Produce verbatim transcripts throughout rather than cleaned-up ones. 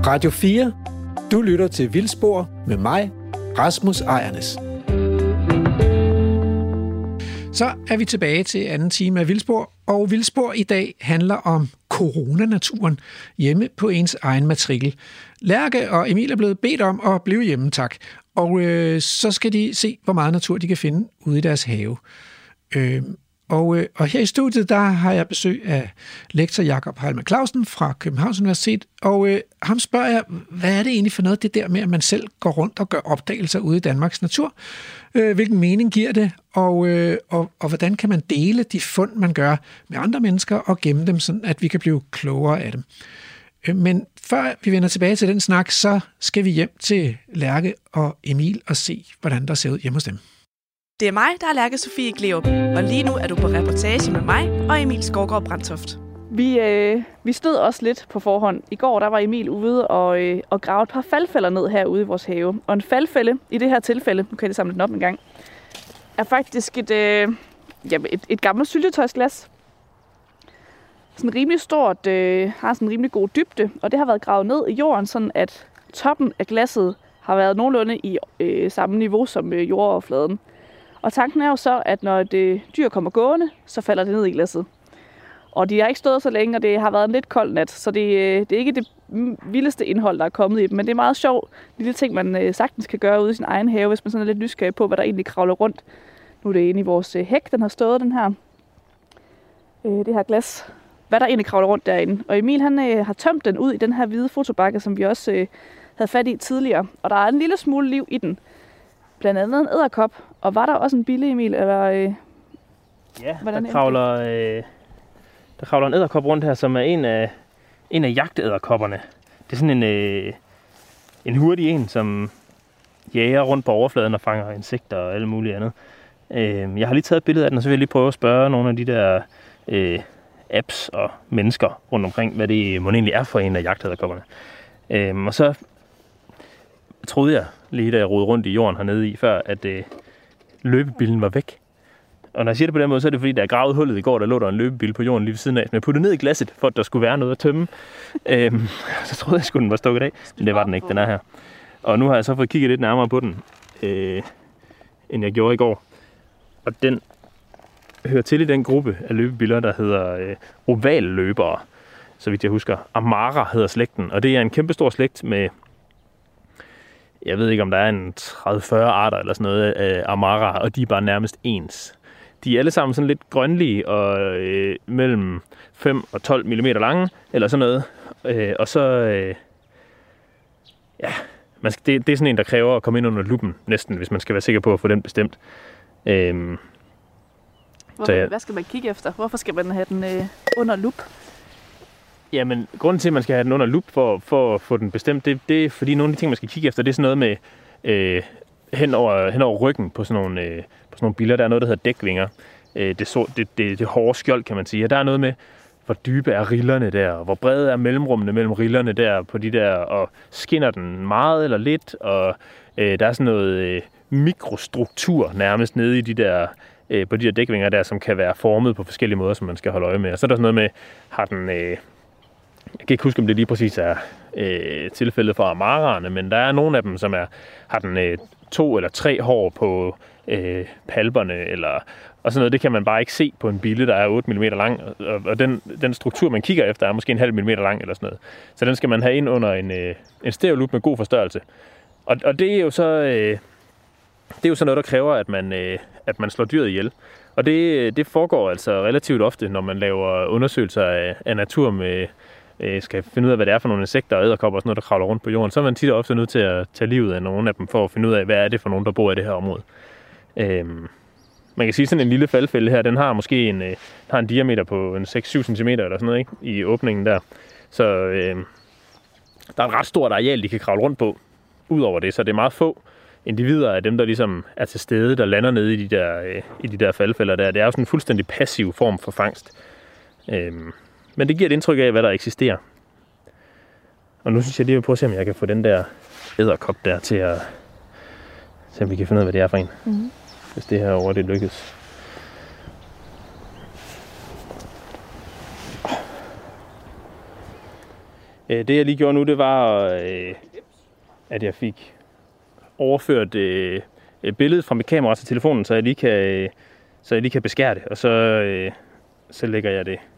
Radio fire. Du lytter til Vildspor med mig, Rasmus Ejernes. Så er vi tilbage til anden time af Vildspor, og Vildspor i dag handler om coronanaturen hjemme på ens egen matrikel. Lærke og Emil er blevet bedt om at blive hjemme, tak. Og øh, så skal de se, hvor meget natur de kan finde ude i deres have. Øh, og, øh, og her i studiet, der har jeg besøg af lektor Jakob Heilmann Clausen fra Københavns Universitet. Og øh, ham spørger jeg, hvad er det egentlig for noget, det der med, at man selv går rundt og gør opdagelser ude i Danmarks natur? Øh, hvilken mening giver det? Og, øh, og, og hvordan kan man dele de fund, man gør med andre mennesker og gemme dem, sådan at vi kan blive klogere af dem? Øh, men før vi vender tilbage til den snak, så skal vi hjem til Lærke og Emil og se, hvordan der ser ud hjemme hos dem. Det er mig, der er Lærke Sofie Gleup, og lige nu er du på reportage med mig og Emil Skovgaard Brandtoft. Vi, øh, vi stod også lidt på forhånd. I går der var Emil ude og, øh, og grave et par faldfælder ned herude i vores have. Og en faldfælde, i det her tilfælde, nu kan jeg det samle den op en gang, er faktisk et, øh, ja, et, et gammelt syltetøjsglas. Sådan rimelig stort, øh, har sådan en rimelig god dybde, og det har været gravet ned i jorden, sådan at toppen af glasset har været nogenlunde i øh, samme niveau som øh, jordoverfladen. Og tanken er jo så, at når det dyr kommer gående, så falder det ned i glasset. Og de har ikke stået så længe, og det har været en lidt kold nat, så det, det er ikke det vildeste indhold, der er kommet i dem. Men det er meget sjovt, lille ting, man sagtens kan gøre ude i sin egen have, hvis man sådan er lidt nysgerrig på, hvad der egentlig kravler rundt. Nu er det inde i vores hæk, den har stået, den her, det her glas. Hvad der egentlig kravler rundt derinde. Og Emil han har tømt den ud i den her hvide fotobakke, som vi også havde fat i tidligere. Og der er en lille smule liv i den. Blandt andet en edderkop. Og var der også en bille, Emil? Eller, øh, ja, der kravler, øh, der kravler en edderkop rundt her, som er en af, en af jagtedderkopperne. Det er sådan en, øh, en hurtig en, som jager rundt på overfladen og fanger insekter og alt muligt andet. Øh, jeg har lige taget et billede af den, og så vil jeg lige prøve at spørge nogle af de der øh, apps og mennesker rundt omkring, hvad det må egentlig er for en af jagtedderkopperne. Øh, og så troede jeg, lige da jeg rodede rundt i jorden hernede i før, at øh, løbebillen var væk. Og når jeg siger det på den måde, så er det fordi, da jeg gravede hullet i går, der lå der en løbebil på jorden lige ved siden af. Men jeg puttede ned i glasset, for at der skulle være noget at tømme. øhm, så troede jeg sgu, den var stukket af. Men det var den ikke, den er her. Og nu har jeg så fået kigget lidt nærmere på den, øh, end jeg gjorde i går. Og den hører til i den gruppe af løbebiller, der hedder øh, ovalløbere. Så vidt jeg husker. Amara hedder slægten. Og det er en kæmpestor slægt med... Jeg ved ikke, om der er en tredive til fyrre arter eller sådan noget af amara, og de er bare nærmest ens. De er alle sammen sådan lidt grønlige og øh, mellem fem og tolv millimeter lange, eller sådan noget. Øh, og så, øh, ja, man skal, det, det er sådan en, der kræver at komme ind under luppen næsten, hvis man skal være sikker på at få den bestemt. Øh, Hvorfor, ja. Hvad skal man kigge efter? Hvorfor skal man have den øh, under lup? Jamen, grunden til, at man skal have den under lup for, for at få den bestemt, det, det er fordi nogle af de ting, man skal kigge efter, det er sådan noget med øh, hen, over, hen over ryggen på sådan nogle, øh, på sådan nogle biller. Der er noget, der hedder dækvinger. Øh, det, så, det, det, det hårde skjold, kan man sige. Og der er noget med, hvor dybe er rillerne der, hvor brede er mellemrummene mellem rillerne der på de der, og skinner den meget eller lidt, og øh, der er sådan noget øh, mikrostruktur nærmest nede i de der, øh, på de der dækvinger der, som kan være formet på forskellige måder, som man skal holde øje med. Og så er der sådan noget med, har den... Øh, Jeg kan ikke huske, om det lige præcis er øh, tilfældet for amaraerne, men der er nogle af dem, som er, har den øh, to eller tre hår på øh, palperne, eller, og sådan noget. Det kan man bare ikke se på en bille, der er otte millimeter lang, og, og den, den struktur, man kigger efter, er måske en halv millimeter lang, eller sådan noget. Så den skal man have ind under en, øh, en stereolup med god forstørrelse. Og, og det er jo så øh, det er jo så noget, der kræver, at man, øh, at man slår dyret ihjel. Og det, det foregår altså relativt ofte, når man laver undersøgelser af, af natur med skal finde ud af, hvad det er for nogle insekter og edderkopper og sådan noget, der kravler rundt på jorden, så er man tit og ofte nødt til at tage livet af nogle af dem, for at finde ud af, hvad er det for nogen, der bor i det her område. Øhm, man kan sige, sådan en lille faldfælde her, den har måske en, øh, har en diameter på en seks til syv centimeter eller sådan noget, ikke? I åbningen der. Så øh, der er et ret stort areal, de kan kravle rundt på, ud over det, så det er meget få individer af dem, der ligesom er til stede, der lander nede i de der, øh, i de der faldfælder der. Det er jo sådan en fuldstændig passiv form for fangst. Øhm, Men det giver et indtryk af, hvad der eksisterer. Og nu synes jeg lige, at prøve at se, om jeg kan få den der edderkop der til at... Så vi kan finde ud af, hvad det er for en. Mm-hmm. Hvis det her over det lykkes. Øh, det jeg lige gjorde nu, det var, øh, at jeg fik overført øh, billedet fra mit kamera til telefonen, så jeg lige kan, øh, så jeg lige kan beskære det. Og så, øh, så lægger jeg det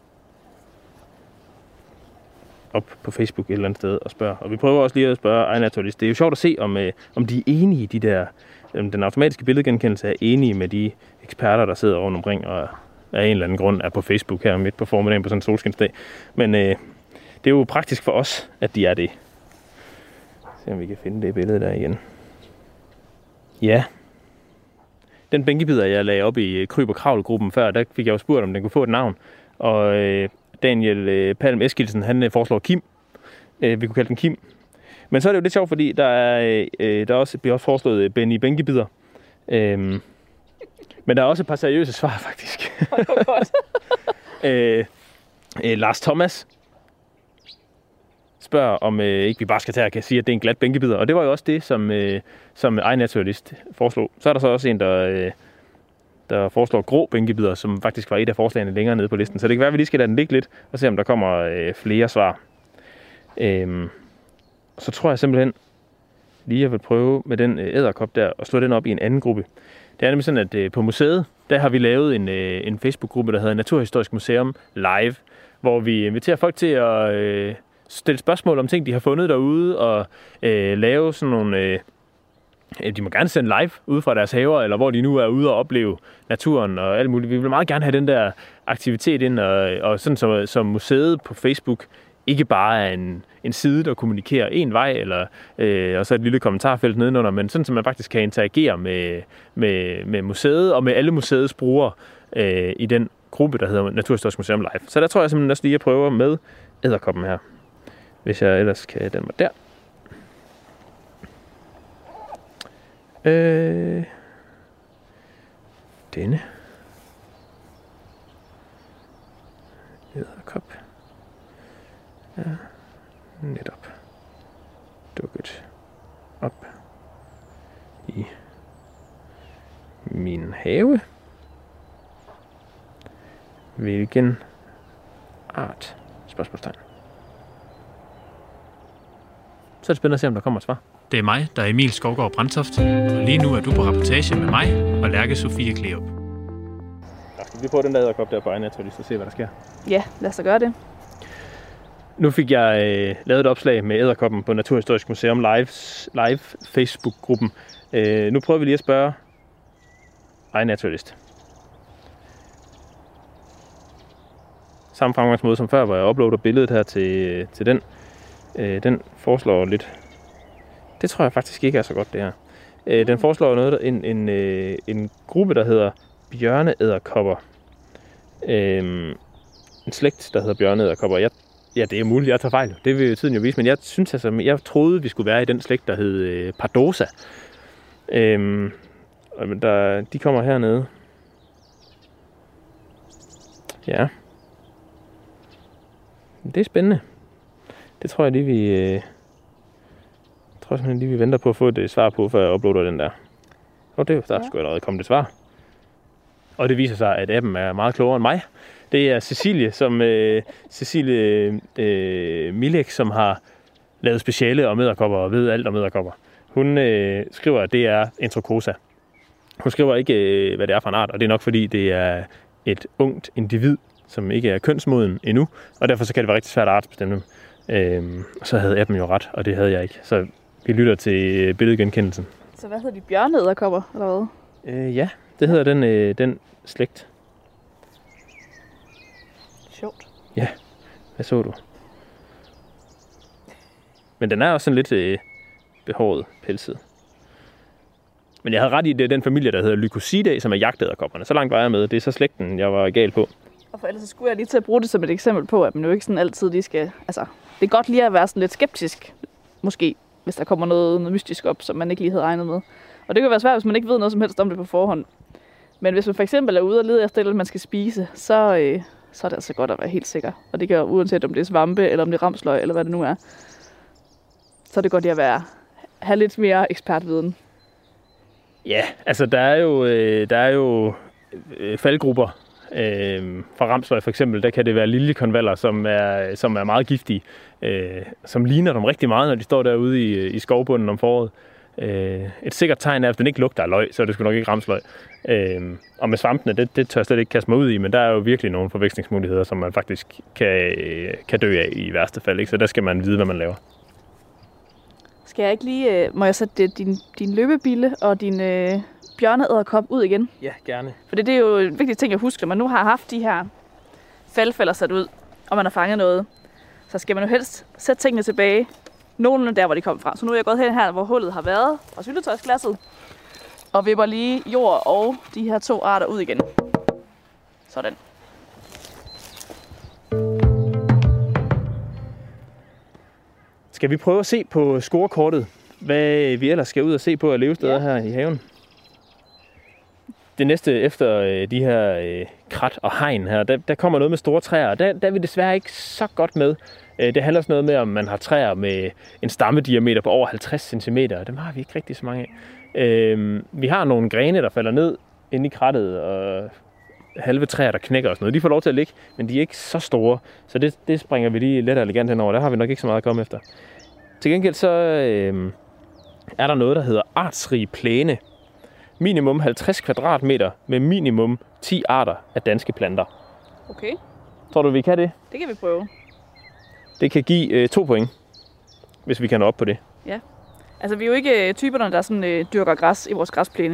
op på Facebook et eller andet sted og spørger. Og vi prøver også lige at spørge iNaturalist. Det er jo sjovt at se, om, øh, om de er enige, de der, om den automatiske billedgenkendelse er enige med de eksperter, der sidder rundt omkring og af en eller anden grund er på Facebook her midt på formiddagen på sådan en solskinsdag. Men øh, det er jo praktisk for os, at de er det. Se om vi kan finde det billede der igen. Ja. Den bænkebider, jeg lagde op i Kryb og Kravl-gruppen før, der fik jeg jo spurgt, om den kunne få et navn. Og øh, Daniel øh, Palm Eskildsen, han øh, foreslår Kim. Øh, vi kunne kalde den Kim. Men så er det jo lidt sjovt, fordi der, er, øh, der også, bliver også foreslået Benny Bænkebider. Øh, men der er også et par seriøse svar, faktisk. Det var godt. øh, øh, Lars Thomas spørger, om øh, ikke vi bare skal tage og kan sige, at det er en glat bænkebider. Og det var jo også det, som, øh, som iNaturalist foreslog. Så er der så også en, der, øh, der foreslår grå bænkebider, som faktisk var et af forslagene længere nede på listen. Så det kan være, at vi lige skal lade den ligge lidt, og se, om der kommer øh, flere svar. Øhm, så tror jeg simpelthen, lige jeg vil prøve med den øh, edderkop der, og slå den op i en anden gruppe. Det er nemlig sådan, at øh, på museet, der har vi lavet en, øh, en Facebook-gruppe, der hedder Naturhistorisk Museum Live, hvor vi inviterer folk til at øh, stille spørgsmål om ting, de har fundet derude, og øh, lave sådan nogle... Øh, de må gerne sende live ude fra deres haver, eller hvor de nu er ude og opleve naturen og alt muligt. Vi vil meget gerne have den der aktivitet ind, og, og sådan som, som museet på Facebook ikke bare er en, en side, der kommunikerer en vej, eller, øh, og så et lille kommentarfelt nedenunder, men sådan, så man faktisk kan interagere med, med, med museet og med alle museets brugere øh, i den gruppe, der hedder Naturhistorisk Museum Live. Så der tror jeg simpelthen også lige, at jeg prøver med edderkoppen her, hvis jeg ellers kan den mig der. Øh, denne edderkop er netop dukket op i min have. Hvilken art? Spørgsmålstegn. Så er det spændende at se, om der kommer et svar. Det er mig, der er Emil Skovgaard Brandtoft, og lige nu er du på rapportage med mig og Lærke Sofie Kleop. Jeg skal lige prøve den der edderkop der på iNaturalist og se, hvad der sker. Ja, lad os da gøre det. Nu fik jeg øh, lavet et opslag med edderkoppen på Naturhistorisk Museum Live, live Facebook-gruppen. Øh, nu prøver vi lige at spørge iNaturalist. Samme fremgangsmåde som før, hvor jeg uploader billedet her til, til den. Øh, den foreslår lidt... Det tror jeg faktisk ikke er så godt, det her. Øh, den foreslår noget, en, en, øh, en gruppe, der hedder bjørneedderkopper. Øh, en slægt, der hedder bjørneedderkopper. Jeg, ja, det er muligt, jeg tager fejl. Det vil jo tiden jo vise, men jeg synes altså, jeg troede, vi skulle være i den slægt, der hed øh, Pardosa. Øh, der, de kommer hernede. Ja. Det er spændende. Det tror jeg lige, vi... Øh, Jeg tror simpelthen lige, vi venter på at få et svar på, før jeg uploader den der. Og det der ja. Skulle allerede komme et svar. Og det viser sig, at appen er meget klogere end mig. Det er Cecilie, som, øh, Cecilie øh, Milek, som har lavet speciale om edderkopper og ved alt om edderkopper. Hun øh, skriver, at det er Entrocosa. Hun skriver ikke, øh, hvad det er for en art, og det er nok fordi, det er et ungt individ, som ikke er kønsmoden endnu. Og derfor så kan det være rigtig svært at artsbestemme dem. Øh, og så havde appen jo ret, og det havde jeg ikke. Så vi lytter til billedgenkendelsen. Så hvad hedder de? Bjørneedderkopper, eller hvad? Øh, ja, det hedder den, øh, den slægt. Sjovt. Ja, hvad så du? Men den er også sådan lidt øh, behåret, pelset. Men jeg havde ret i, det er den familie, der hedder Lycosidae, som er jagtedderkopperne. Så langt var jeg med. Det er så slægten, jeg var gal på. Og for ellers så skulle jeg lige til at bruge det som et eksempel på, at man jo ikke sådan altid lige skal... Altså, det er godt lige at være sådan lidt skeptisk, måske, hvis der kommer noget, noget mystisk op, som man ikke lige havde regnet med. Og det kan være svært, hvis man ikke ved noget som helst om det på forhånd. Men hvis man for eksempel er ude og lede efter, at man skal spise, så, øh, så er det altså godt at være helt sikker. Og det gør uanset om det er svampe, eller om det er ramsløg, eller hvad det nu er. Så er det godt lige at være, have lidt mere ekspertviden. Ja, altså der er jo, øh, der er jo øh, faldgrupper Øh, fra Ramsløg for eksempel, der kan det være liljekonvaller, som er, som er meget giftige, øh, som ligner dem rigtig meget, når de står derude i, i skovbunden om foråret. Øh, et sikkert tegn er, at den ikke lugter af løg, så er det sgu nok ikke ramsløg. Øh, og med svampene, det, det tør jeg slet ikke kaste mig ud i, men der er jo virkelig nogle forvekslingsmuligheder, som man faktisk kan, kan dø af i værste fald, ikke? Så der skal man vide, hvad man laver. Skal jeg ikke lige, må jeg sætte din, din løbebille og din øh, bjørneæderkop ud igen? Ja, gerne. For det er jo en vigtig ting, jeg husker. Man nu har haft de her faldfælder sat ud, og man har fanget noget, så skal man jo helst sætte tingene tilbage, nogenlunde der, hvor de kom fra. Så nu er jeg gået hen her, hvor hullet har været, og syltetøjsglasset, og vipper lige jord og de her to arter ud igen. Sådan. Skal vi prøve at se på scorekortet, hvad vi ellers skal ud og se på af levesteder ja. her i haven? Det næste efter de her øh, krat og hegn her, der, der kommer noget med store træer, og der, der er vi desværre ikke så godt med. Det handler sådan noget med, om man har træer med en stammediameter på over halvtreds centimeter, og dem har vi ikke rigtig så mange af. Øh, vi har nogle grene, der falder ned inde i krattet, og halve træer, der knækker og sådan noget. De får lov til at ligge, men de er ikke så store, så det, det springer vi lige let og elegant henover. Der har vi nok ikke så meget at komme efter. Til gengæld så øh, er der noget, der hedder artsrig plæne. Minimum halvtreds kvadratmeter med minimum ti arter af danske planter. Okay. Tror du, vi kan det? Det kan vi prøve. Det kan give øh, to point, hvis vi kan nå op på det. Ja. Altså, vi er jo ikke øh, typerne, der sådan, øh, dyrker græs i vores græsplæne.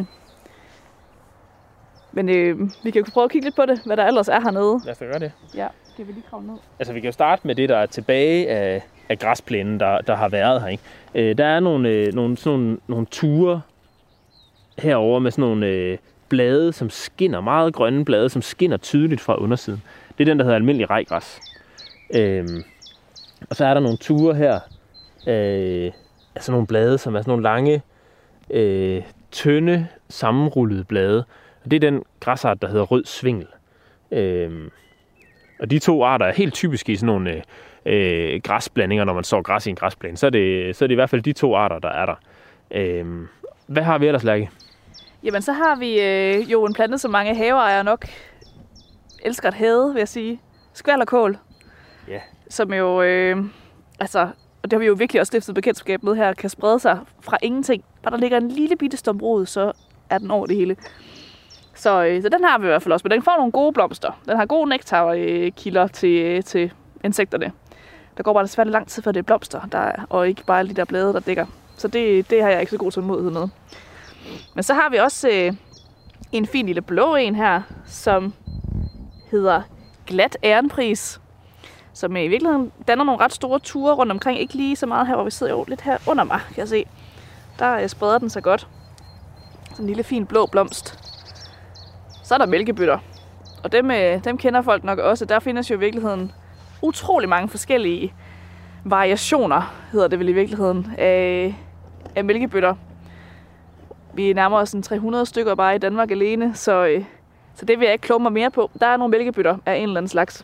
Men øh, vi kan jo prøve at kigge lidt på det, hvad der ellers er hernede. Lad os da gøre det. Ja, kan vi lige kravle ned. Altså, vi kan jo starte med det, der er tilbage af, af græsplænen, der, der har været her, ikke? Øh, der er nogle, øh, nogle, sådan nogle, nogle ture herover med sådan nogle øh, blade, som skinner, meget grønne blade, som skinner tydeligt fra undersiden. Det er den, der hedder almindelig rejgræs. Øhm, og så er der nogle ture her, øh, altså nogle blade, som er sådan nogle lange, øh, tynde, sammenrullede blade. Og det er den græsart, der hedder rød svingel. Øhm, og de to arter er helt typiske i sådan nogle øh, græsblandinger, når man så græs i en græsplæne. Så er, det, så er det i hvert fald de to arter, der er der. Øhm, hvad har vi ellers, Lærke? Jamen, så har vi øh, jo en plante, som mange haveejere nok elsker at hade, vil jeg sige. Skvalderkål. Ja. Yeah. Som jo, øh, altså, og det har vi jo virkelig også stiftet bekendtskab med her, kan sprede sig fra ingenting. Bare der ligger en lille bitte stump rod, så er den over det hele. Så, øh, så den har vi i hvert fald også, men den får nogle gode blomster. Den har gode nektarkilder til, til insekterne. Der går bare desværre lang tid, før det er blomster, der, og ikke bare alle de der blade, der dækker. Så det, det har jeg ikke så god tålmodighed med. Men så har vi også øh, en fin lille blå en her, som hedder Glat Ærenpris, som i virkeligheden danner nogle ret store ture rundt omkring. Ikke lige så meget her, hvor vi sidder jo lidt her under mig, kan jeg se. Der øh, spreder den sig godt. Sådan en lille fin blå blomst. Så er der mælkebøtter, og dem, øh, dem kender folk nok også. Der findes jo i virkeligheden utrolig mange forskellige variationer, hedder det vel i virkeligheden, af, af mælkebøtter. Vi nærmer os tre hundrede stykker bare i Danmark alene, så, øh, så det vil jeg ikke kloge mig mere på. Der er nogle mælkebøtter af en eller anden slags.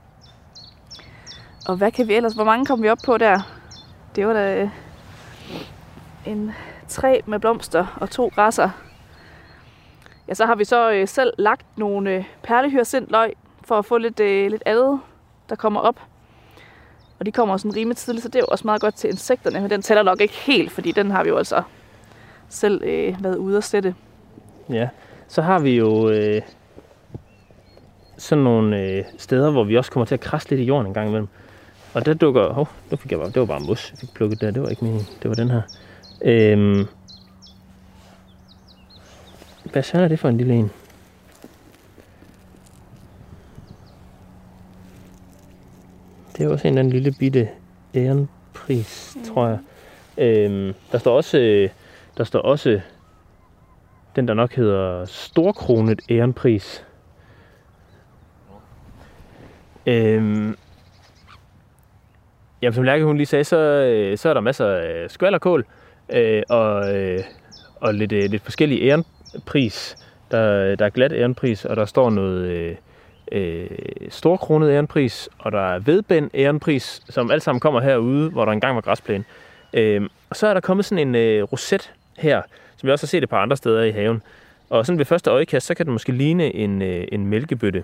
Og hvad kan vi ellers? Hvor mange kom vi op på der? Det var da øh, en træ med blomster og to græsser. Ja, så har vi så øh, selv lagt nogle øh, perlehyacintløg for at få lidt, øh, lidt andet, der kommer op. Og de kommer sådan rimelig tidligt, så det er jo også meget godt til insekterne. Men den tæller nok ikke helt, fordi den har vi jo altså selv øh, været ude at sætte. Ja, så har vi jo øh, sådan nogle øh, steder, hvor vi også kommer til at krasse lidt i jorden en gang imellem. Og der dukker... Hov, nu fik jeg bare... Det var bare mos, jeg fik plukket der. Det var ikke meningen. Det var den her. Øhm, hvad så er det for en lille en? Det er også en eller anden lille bitte ærenpris, mm. tror jeg. Øhm, der står også... Øh, der står også den, der nok hedder storkronet ærenpris. Øhm, jamen, som Lærke hun lige sagde, så, så er der masser af skvalderkål øh, og, øh, og lidt, øh, lidt forskellige ærenpris. Der, der er glat ærenpris, og der står noget øh, øh, storkronet ærenpris, og der er vedbænd ærenpris, som alle sammen kommer herude, hvor der engang var græsplæne. Øh, og så er der kommet sådan en øh, roset her, som vi også har set et par andre steder i haven. Og sådan ved første øjekast, så kan den måske ligne en, øh, en mælkebøtte.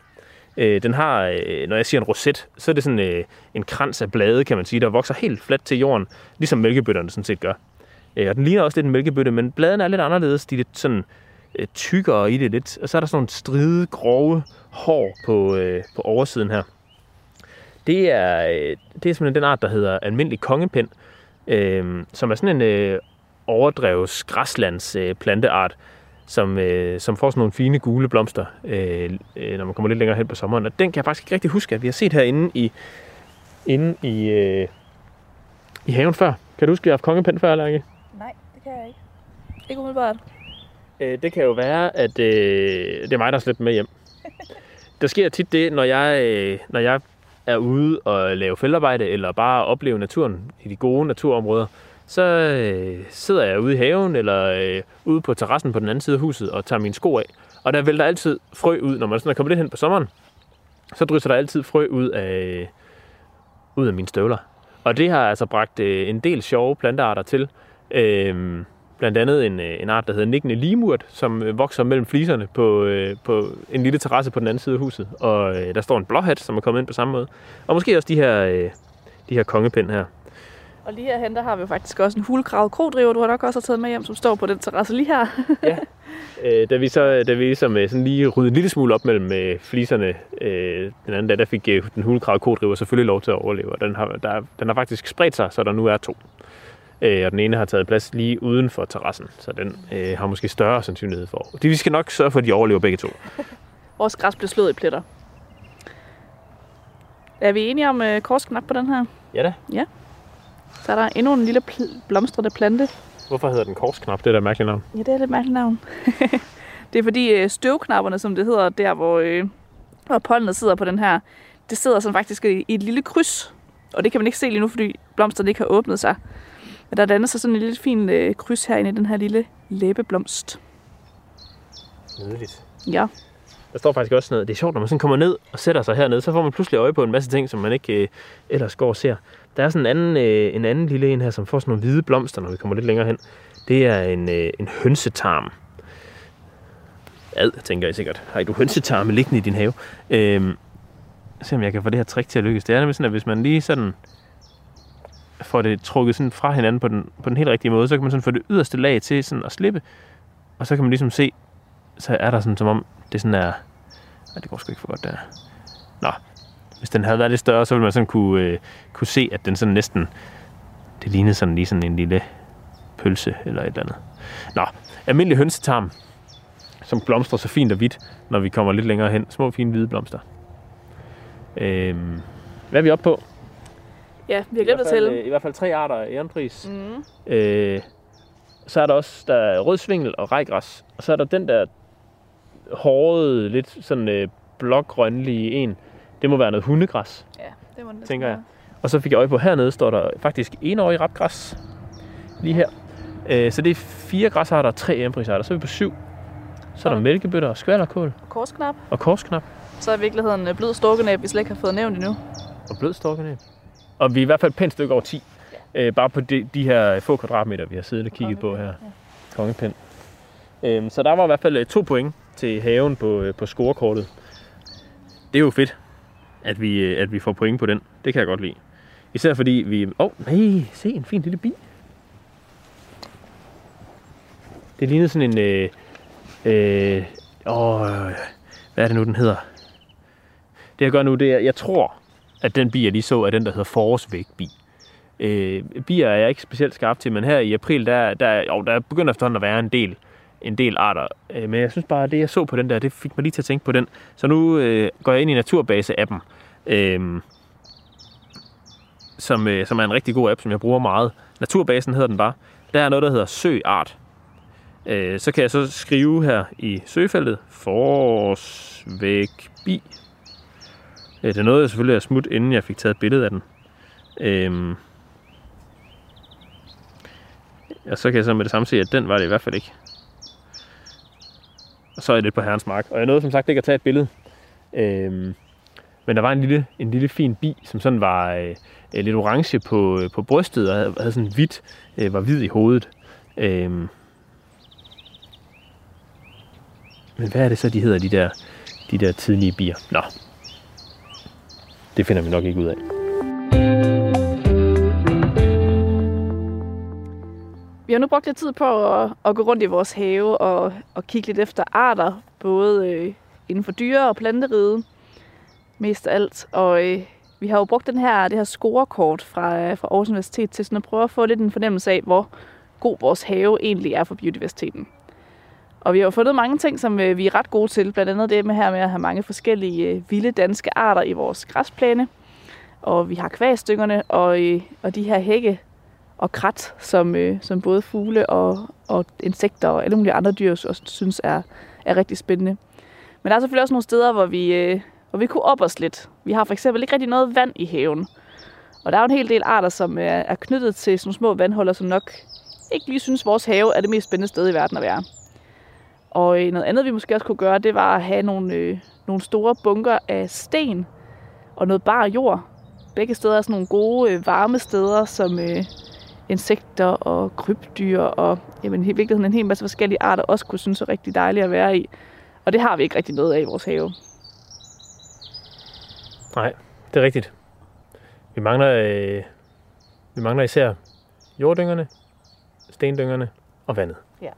Øh, den har, øh, når jeg siger en roset, så er det sådan øh, en krans af blade, kan man sige, der vokser helt fladt til jorden, ligesom mælkebøtterne sådan set gør. Øh, og den ligner også lidt en mælkebøtte, men bladene er lidt anderledes. De er lidt sådan øh, tykkere i det lidt. Og så er der sådan nogle stride, grove hår på, øh, på oversiden her. Det er, øh, det er simpelthen den art, der hedder almindelig kongepind, øh, som er sådan en øh, overdrevs græslands øh, planteart, som, øh, som får sådan nogle fine gule blomster, øh, øh, når man kommer lidt længere hen på sommeren. Og den kan jeg faktisk ikke rigtig huske, at vi har set herinde i, inde i, øh, i haven før. Kan du huske, at vi har haft kongepind før, Lærke? Nej, det kan jeg ikke. Ikke umiddelbart. Øh, det kan jo være, at øh, det er mig, der er slæbt med hjem. Der sker tit det, når jeg, øh, når jeg er ude og lave feltarbejde, eller bare opleve naturen i de gode naturområder, så øh, sidder jeg ude i haven, eller øh, ude på terrassen på den anden side af huset, og tager mine sko af. Og der vælter altid frø ud, når man sådan er kommet lidt hen på sommeren. Så drysser der altid frø ud af, ud af mine støvler. Og det har altså bragt øh, en del sjove plantearter til. Øh, blandt andet en, en art, der hedder nikkende limurt, som øh, vokser mellem fliserne på, øh, på en lille terrasse på den anden side af huset. Og øh, der står en blåhat, som er kommet ind på samme måde. Og måske også de her, øh, de her kongepind her. Og lige herhen, der har vi jo faktisk også en hulkravet krodriver, du har nok også taget med hjem, som står på den terrasse lige her. Ja, øh, da vi så da vi ligesom sådan lige ryddede en lille smule op mellem øh, fliserne øh, den anden dag, der fik øh, den hulkravede kodriver selvfølgelig lov til at overleve. Og den har, der, den har faktisk spredt sig, så der nu er to. Øh, og den ene har taget plads lige uden for terrassen, så den øh, har måske større sandsynlighed for. De, vi skal nok sørge for, at de overlever begge to. Vores græs bliver slået i pletter. Er vi enige om øh, korsknap på den her? Ja da. Ja. Så er der endnu en lille pl- blomstrende plante. Hvorfor hedder den korsknap? Det er da et mærkeligt navn. Ja, det er et lidt mærkeligt navn. Det er fordi øh, støvknapperne, som det hedder, der hvor, øh, hvor pollenet sidder på den her, det sidder sådan faktisk i, i et lille kryds. Og det kan man ikke se lige nu, fordi blomsterne ikke har åbnet sig. Men der danner sig sådan en lille fin øh, kryds herinde i den her lille læbeblomst. Nydeligt. Ja. Der står faktisk også noget. Det er sjovt, når man sådan kommer ned og sætter sig hernede, så får man pludselig øje på en masse ting, som man ikke øh, ellers går og ser. Der er sådan en anden, øh, en anden lille en her, som får sådan nogle hvide blomster, når vi kommer lidt længere hen. Det er en, øh, en hønsetarm. Ad, tænker jeg sikkert. Har du hønsetarme liggende i din have? Øh, se om jeg kan få det her trick til at lykkes. Det er nemlig sådan, at hvis man lige sådan får det trukket sådan fra hinanden på den, på den helt rigtige måde, så kan man sådan få det yderste lag til sådan at slippe. Og så kan man ligesom se, så er der sådan som om, det sådan er... Nej, det går sgu ikke for godt der. Nå, hvis den havde været lidt større, så ville man sådan kunne, øh, kunne se, at den sådan næsten... Det lignede sådan lige sådan en lille pølse eller et eller andet. Nå, almindelig hønsetarm, som blomstrer så fint og hvidt, når vi kommer lidt længere hen. Små, fine, hvide blomster. Øhm, hvad er vi oppe på? Ja, vi har glemt at tælle. I hvert fald tre arter af ærenpris. Mm. Øh, så er der også der er rødsvingel og rejgræs. Og så er der den der hårede, lidt sådan øh, blågrønlige en. Det må være noget hundegræs. Ja, det må det tænker jeg. Og så fik jeg øje på, hernede står der faktisk enårig rapgræs. Lige her. Øh, så det er fire græsarter og tre ærenprisarter. Så er vi på syv. Så er der mælkebøtter og skvalderkål. Og korsknap. Og korsknap. Så er i virkeligheden blød storkenæb, vi slet ikke har fået nævnt endnu. Og blød storkenæb. Og vi er i hvert fald et pænt stykke over ti. Ja. Øh, bare på de, de her få kvadratmeter, vi har siddet og kigget på her. Ja. Kongepind. Øhm, så der var i hvert fald to point til haven på, på scorekortet. Det er jo fedt, at vi, at vi får point på den. Det kan jeg godt lide. Især fordi vi... Åh, oh, nej, se en fin lille bi. Det lignede sådan en... Øh, øh, åh, hvad er det nu, den hedder? Det jeg gør nu, det er... Jeg tror, at den bi, jeg lige så, er den, der hedder forårsvægbi. Øh, bier er jeg ikke specielt skarp til, men her i april, der, der, jo, der begynder efterhånden at være en del, en del arter. Øh, men jeg synes bare, at det, jeg så på den der, det fik mig lige til at tænke på den. Så nu øh, går jeg ind i Naturbase-appen, øh, som, øh, som er en rigtig god app, som jeg bruger meget. Naturbasen hedder den bare. Der er noget, der hedder søart. Øh, så kan jeg så skrive her i søgefeltet, forårsvægbi. Det er noget, jeg selvfølgelig har smut, inden jeg fik taget et billede af den. Øhm. Og så kan jeg så med det samme se, at den var det i hvert fald ikke. Og så er jeg lidt på herrens mark. Og jeg nåede som sagt ikke at tage et billede. Øhm. Men der var en lille, en lille fin bi, som sådan var øh, lidt orange på, på brystet, og havde, havde sådan hvidt, øh, var hvid i hovedet. Øhm. Men hvad er det så, de hedder, de der, de der tidlige bier? Nå. det finder vi nok ikke ud af. Vi har nu brugt lidt tid på at, at gå rundt i vores have og, og kigge lidt efter arter, både øh, inden for dyre- og planteriget, mest af alt. Og øh, vi har jo brugt den her, det her scorekort fra, fra Aarhus Universitet til sådan at prøve at få lidt en fornemmelse af, hvor god vores have egentlig er for biodiversiteten. Og vi har jo fundet mange ting, som øh, vi er ret gode til, blandt andet det med her med at have mange forskellige øh, vilde danske arter i vores græsplæne. Og vi har kvægstykkerne og, øh, og de her hække og krat, som, øh, som både fugle og, og insekter og alle mulige andre dyr også synes er, er rigtig spændende. Men der er selvfølgelig også nogle steder, hvor vi, øh, hvor vi kunne op os lidt. Vi har for eksempel ikke rigtig noget vand i haven. Og der er jo en hel del arter, som er, er knyttet til sådan nogle små vandhuller, som nok ikke lige synes, vores have er det mest spændende sted i verden at være. Og øh, noget andet, vi måske også kunne gøre, det var at have nogle, øh, nogle store bunker af sten og noget bar jord. Begge steder er sådan nogle gode, øh, varme steder, som øh, insekter og krybdyr og jamen, i virkeligheden en hel masse forskellige arter også kunne synes er rigtig dejligt at være i. Og det har vi ikke rigtig noget af i vores have. Nej, det er rigtigt. Vi mangler, øh, vi mangler især jorddyngerne, stendyngerne og vandet. Ja.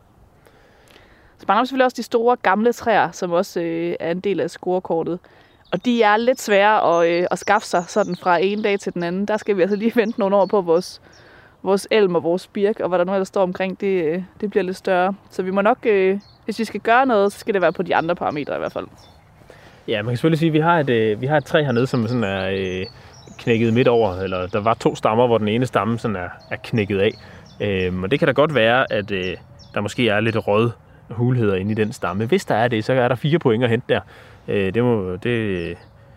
Så mangler vi selvfølgelig også de store gamle træer, som også øh, er en del af scorekortet. Og de er lidt svære at, øh, at skaffe sig sådan fra en dag til den anden. Der skal vi altså lige vente nogle år på vores, vores elm og vores birk, og hvad der nu ellers står omkring, det, øh, det bliver lidt større. Så vi må nok, øh, hvis vi skal gøre noget, så skal det være på de andre parametre i hvert fald. Ja, man kan selvfølgelig sige, at vi har et, øh, vi har et træ hernede, som sådan er øh, knækket midt over. Eller der var to stammer, hvor den ene stamme sådan er, er knækket af. Øhm, og det kan da godt være, at øh, der måske er lidt rød hulheder inde i den stamme. Hvis der er det, så er der fire point at hente der. Øh, det, må, det,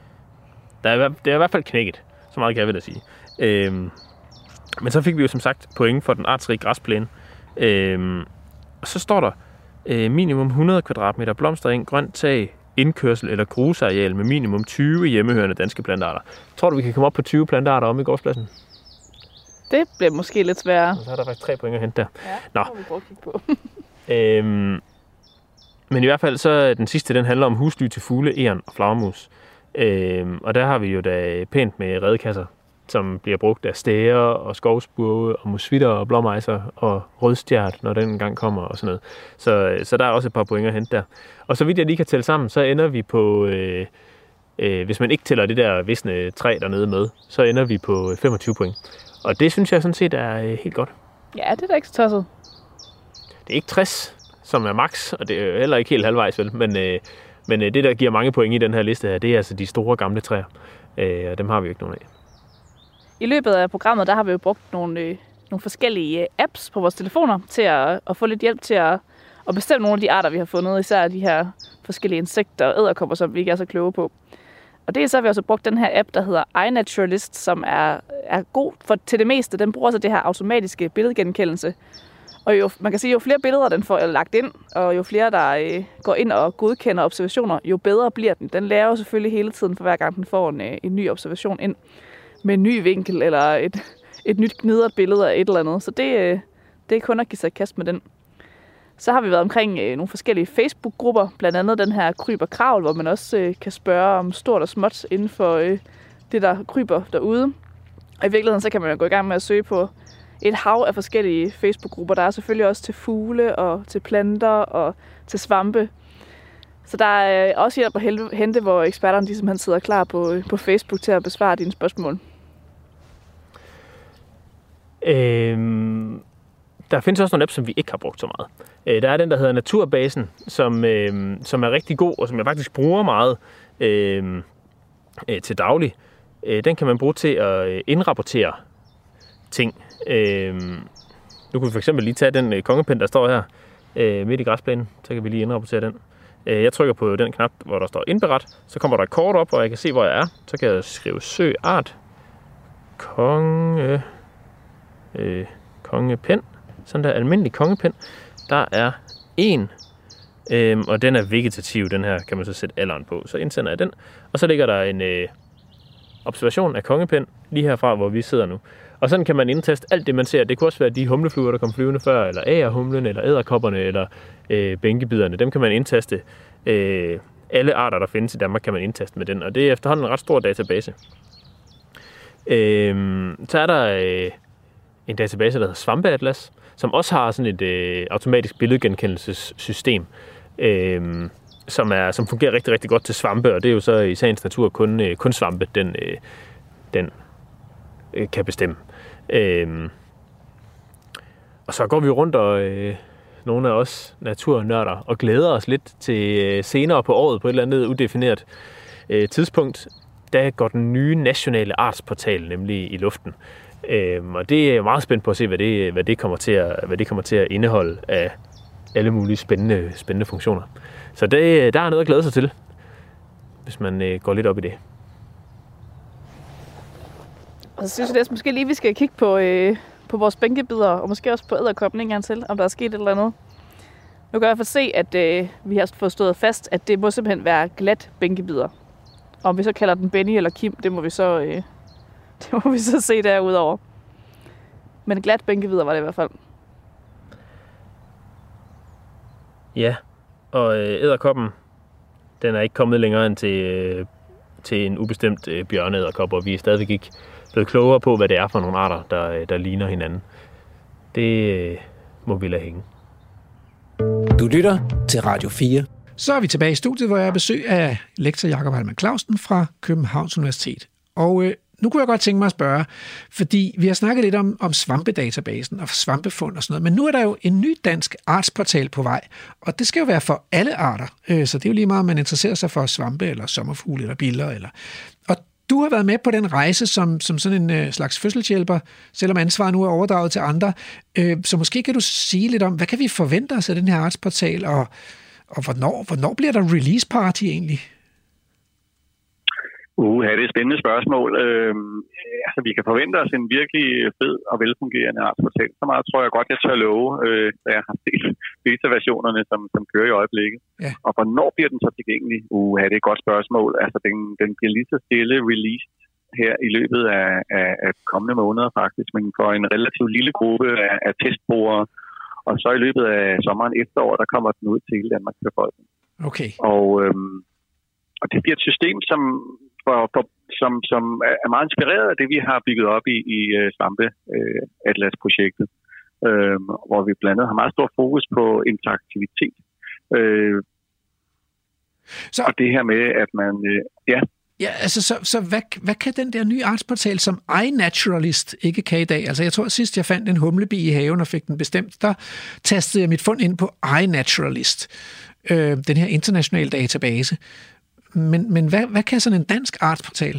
der er, det er i hvert fald knækket. Så meget kan jeg vel da sige. Øhm, men så fik vi jo som sagt point for den artsrige græsplæne. Øhm, og så står der øh, minimum hundrede kvadratmeter blomstereng, grønt tag, indkørsel eller grusareal med minimum tyve hjemmehørende danske plantearter. Tror du, vi kan komme op på tyve plantearter om i gårdspladsen? Det bliver måske lidt sværere. Og så er der faktisk tre point at hente der. Ja, Nå. det må vi prøve at kigge på. øhm, men i hvert fald så den sidste, den handler om husly til fugle, egern og flagermus. Øhm, og der har vi jo da pænt med redekasser, som bliver brugt af stæger og skovspurve og musvitter og blåmejser og rødstjert, når den gang kommer og sådan noget. Så, så der er også et par point at hente der. Og så vidt jeg lige kan tælle sammen, så ender vi på, øh, øh, hvis man ikke tæller det der visne træ dernede med, så ender vi på femogtyve point. Og det synes jeg sådan set er øh, helt godt. Ja, det er da ikke så tosset. Det er ikke tres, som er max, og det er heller ikke helt halvvejs vel, men, øh, men øh, det, der giver mange point i den her liste her, det er altså de store gamle træer, øh, og dem har vi jo ikke nogen af. I løbet af programmet, der har vi jo brugt nogle, øh, nogle forskellige apps på vores telefoner til at, at få lidt hjælp til at, at bestemme nogle af de arter, vi har fundet, især de her forskellige insekter og edderkopper, som vi ikke er så kloge på. Og det er så, vi også brugt den her app, der hedder iNaturalist, som er, er god for, til det meste. Den bruger så det her automatiske billedgenkendelse. Og jo, man kan sige, jo flere billeder den får lagt ind, og jo flere der øh, går ind og godkender observationer, jo bedre bliver den. Den lærer jo selvfølgelig hele tiden, for hver gang den får en, øh, en ny observation ind med en ny vinkel eller et, et nyt gnidret billede af et eller andet. Så det, øh, det er kun at give sig et kast med den. Så har vi været omkring øh, nogle forskellige Facebook-grupper, blandt andet den her Kryb og Kravl, hvor man også øh, kan spørge om stort og småt inden for øh, det, der kryber derude. Og i virkeligheden så kan man jo gå i gang med at søge på et hav af forskellige Facebook-grupper. Der er selvfølgelig også til fugle og til planter og til svampe. Så der er øh, også hjælp at hente, hvor eksperterne de simpelthen sidder klar på, øh, på Facebook til at besvare dine spørgsmål. Øhm, der findes også nogle apps, som vi ikke har brugt så meget. Øh, der er den, der hedder Naturbasen, som, øh, som er rigtig god, og som jeg faktisk bruger meget øh, øh, til daglig. Øh, den kan man bruge til at indrapportere ting. Øh, nu kan vi for eksempel lige tage den øh, kongepind, der står her øh, midt i græsplænen. Så kan vi lige indrapportere den. Øh, jeg trykker på den knap, hvor der står indberet. Så kommer der et kort op, hvor jeg kan se, hvor jeg er. Så kan jeg skrive søg art. Konge... Øh, kongepind. Sådan der almindelig kongepind. Der er en, øh, og den er vegetativ. Den her kan man så sætte alderen på. Så indsender jeg den. Og så ligger der en øh, observation af kongepind lige herfra, hvor vi sidder nu. Og sådan kan man indtaste alt det, man ser. Det kunne også være de humlefluer, der kom flyvende før, eller agerhumlen, eller edderkopperne, eller øh, bænkebiderne. Dem kan man indtaste. Øh, alle arter, der findes i Danmark, kan man indtaste med den. Og det er efterhånden en ret stor database. Øhm, så er der øh, en database, der hedder Svampeatlas, som også har sådan et øh, automatisk billedgenkendelsessystem, øh, som, er, som fungerer rigtig, rigtig godt til svampe, og det er jo så i sagens natur kun, øh, kun svampe, den, øh, den øh, kan bestemme. Øh, og så går vi rundt, og øh, nogle af os naturnørder, og glæder os lidt til øh, senere på året, på et eller andet udefineret øh, tidspunkt, der går den nye nationale artsportal nemlig i luften. Øhm, og det er meget spændt på at se, hvad det, hvad det, kommer, til at, hvad det kommer til at indeholde af alle mulige spændende, spændende funktioner. Så det, der er noget at glæde sig til, hvis man øh, går lidt op i det. Og så synes jeg, at måske lige vi skal kigge på, øh, på vores bænkebider, og måske også på edderkoppen en gang til, om der er sket et eller andet. Nu kan jeg i hvert fald se, at øh, vi har fået stået fast, at det må simpelthen være glat bænkebider. Om vi så kalder den Benny eller Kim, det må vi så, øh, det må vi så se derudover. Men glat bænkebider var det i hvert fald. Ja, og øh, edderkoppen, den er ikke kommet længere end til, øh, til en ubestemt øh, bjørneedderkop, og vi er stadigvæk ikke blevet klogere på, hvad det er for nogle arter, der, der ligner hinanden. Det øh, må vi lade hænge. Du lytter til Radio fire. Så er vi tilbage i studiet, hvor jeg er besøg af lektor Jakob Hallemann Clausen fra Københavns Universitet. Og øh, nu kunne jeg godt tænke mig at spørge, fordi vi har snakket lidt om, om svampedatabasen og svampefund og sådan noget, men nu er der jo en ny dansk artsportal på vej, og det skal jo være for alle arter. Øh, så det er jo lige meget, om man interesserer sig for svampe eller sommerfugle eller biller. Eller. Og du har været med på den rejse som, som sådan en øh, slags fødselshjælper, selvom ansvaret nu er overdraget til andre. Øh, så måske kan du sige lidt om, hvad kan vi forvente os af den her artsportal, og Og hvornår, hvornår bliver der release party egentlig? Uh, det er et spændende spørgsmål. Øhm, altså, vi kan forvente os en virkelig fed og velfungerende artsportal. Så meget tror jeg godt, jeg tør love, øh, da jeg har set beta-versionerne, som, som kører i øjeblikket. Ja. Og hvornår bliver den så tilgængelig? Uh, det er et godt spørgsmål. Altså, den, den bliver lige så stille released her i løbet af, af, af kommende måneder faktisk, men for en relativt lille gruppe af, af testbrugere. Og så i løbet af sommeren efterår, der kommer den ud til hele Danmarks befolkning. Okay. Og, øhm, og det bliver et system, som, for, for, som, som er meget inspireret af det, vi har bygget op i, i uh, Svampe-Atlas-projektet, øh, hvor vi blandt andet har meget stor fokus på interaktivitet. Øh, så... Og det her med, at man... Øh, ja... Ja, altså, så, så hvad, hvad kan den der nye artsportal, som iNaturalist ikke kan i dag? Altså, jeg tror, at sidst jeg fandt en humlebi i haven og fik den bestemt, der tastede jeg mit fund ind på iNaturalist, øh, den her internationale database. Men, men hvad, hvad kan sådan en dansk artsportal?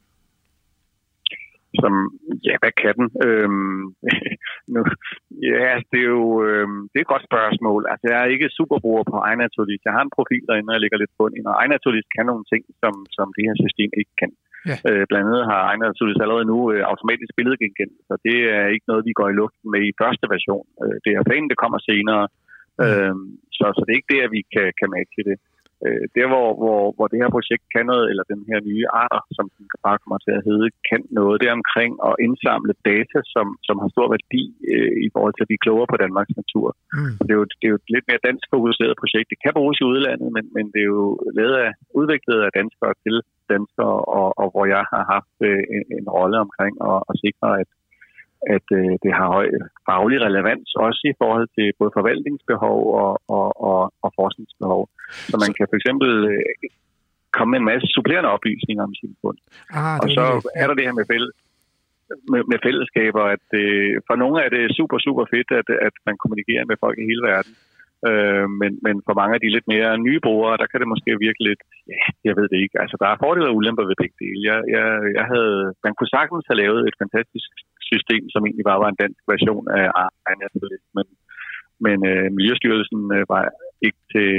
Som, ja, hvad kan den? Øhm, nu, ja, det er jo øhm, det er et godt spørgsmål. Altså, jeg er ikke superbruger på iNaturalist. Jeg har en profil derinde, og jeg lægger lidt på den. Og iNaturalist kan nogle ting, som, som det her system ikke kan. Ja. Øh, blandt andet har iNaturalist allerede nu øh, automatisk billedgenkendelse, så det er ikke noget, vi går i luften med i første version. Øh, det er planen, det kommer senere. Mm. Øhm, så, så det er ikke det, at vi kan, kan matche det. Det hvor, hvor, hvor det her projekt kan noget, eller den her nye arter, som den bare kommer til at hedde, kan noget, det er omkring at indsamle data, som, som har stor værdi øh, i forhold til at blive klogere på Danmarks natur. Mm. Det, er jo, det er jo et lidt mere dansk fokuseret projekt. Det kan bruges i udlandet, men, men det er jo lavet af, udviklet af danskere til danskere, og, og hvor jeg har haft øh, en, en rolle omkring at, at sikre, at at øh, det har høj faglig relevans, også i forhold til både forvaltningsbehov og, og, og, og forskningsbehov. Så man kan for eksempel øh, komme med en masse supplerende oplysninger om sin fund. Ah, og så det. er der det her med, fæll- med, med fællesskaber, at øh, for nogle er det super, super fedt, at, at man kommunikerer med folk i hele verden. Øh, men, men for mange af de lidt mere nye brugere, der kan det måske virke lidt, ja, jeg ved det ikke. Altså, der er fordele og ulemper ved begge dele. Jeg, jeg, jeg havde, man kunne sagtens have lavet et fantastisk system, som egentlig bare var en dansk version af iNaturalist, men, men øh, Miljøstyrelsen øh, var ikke til,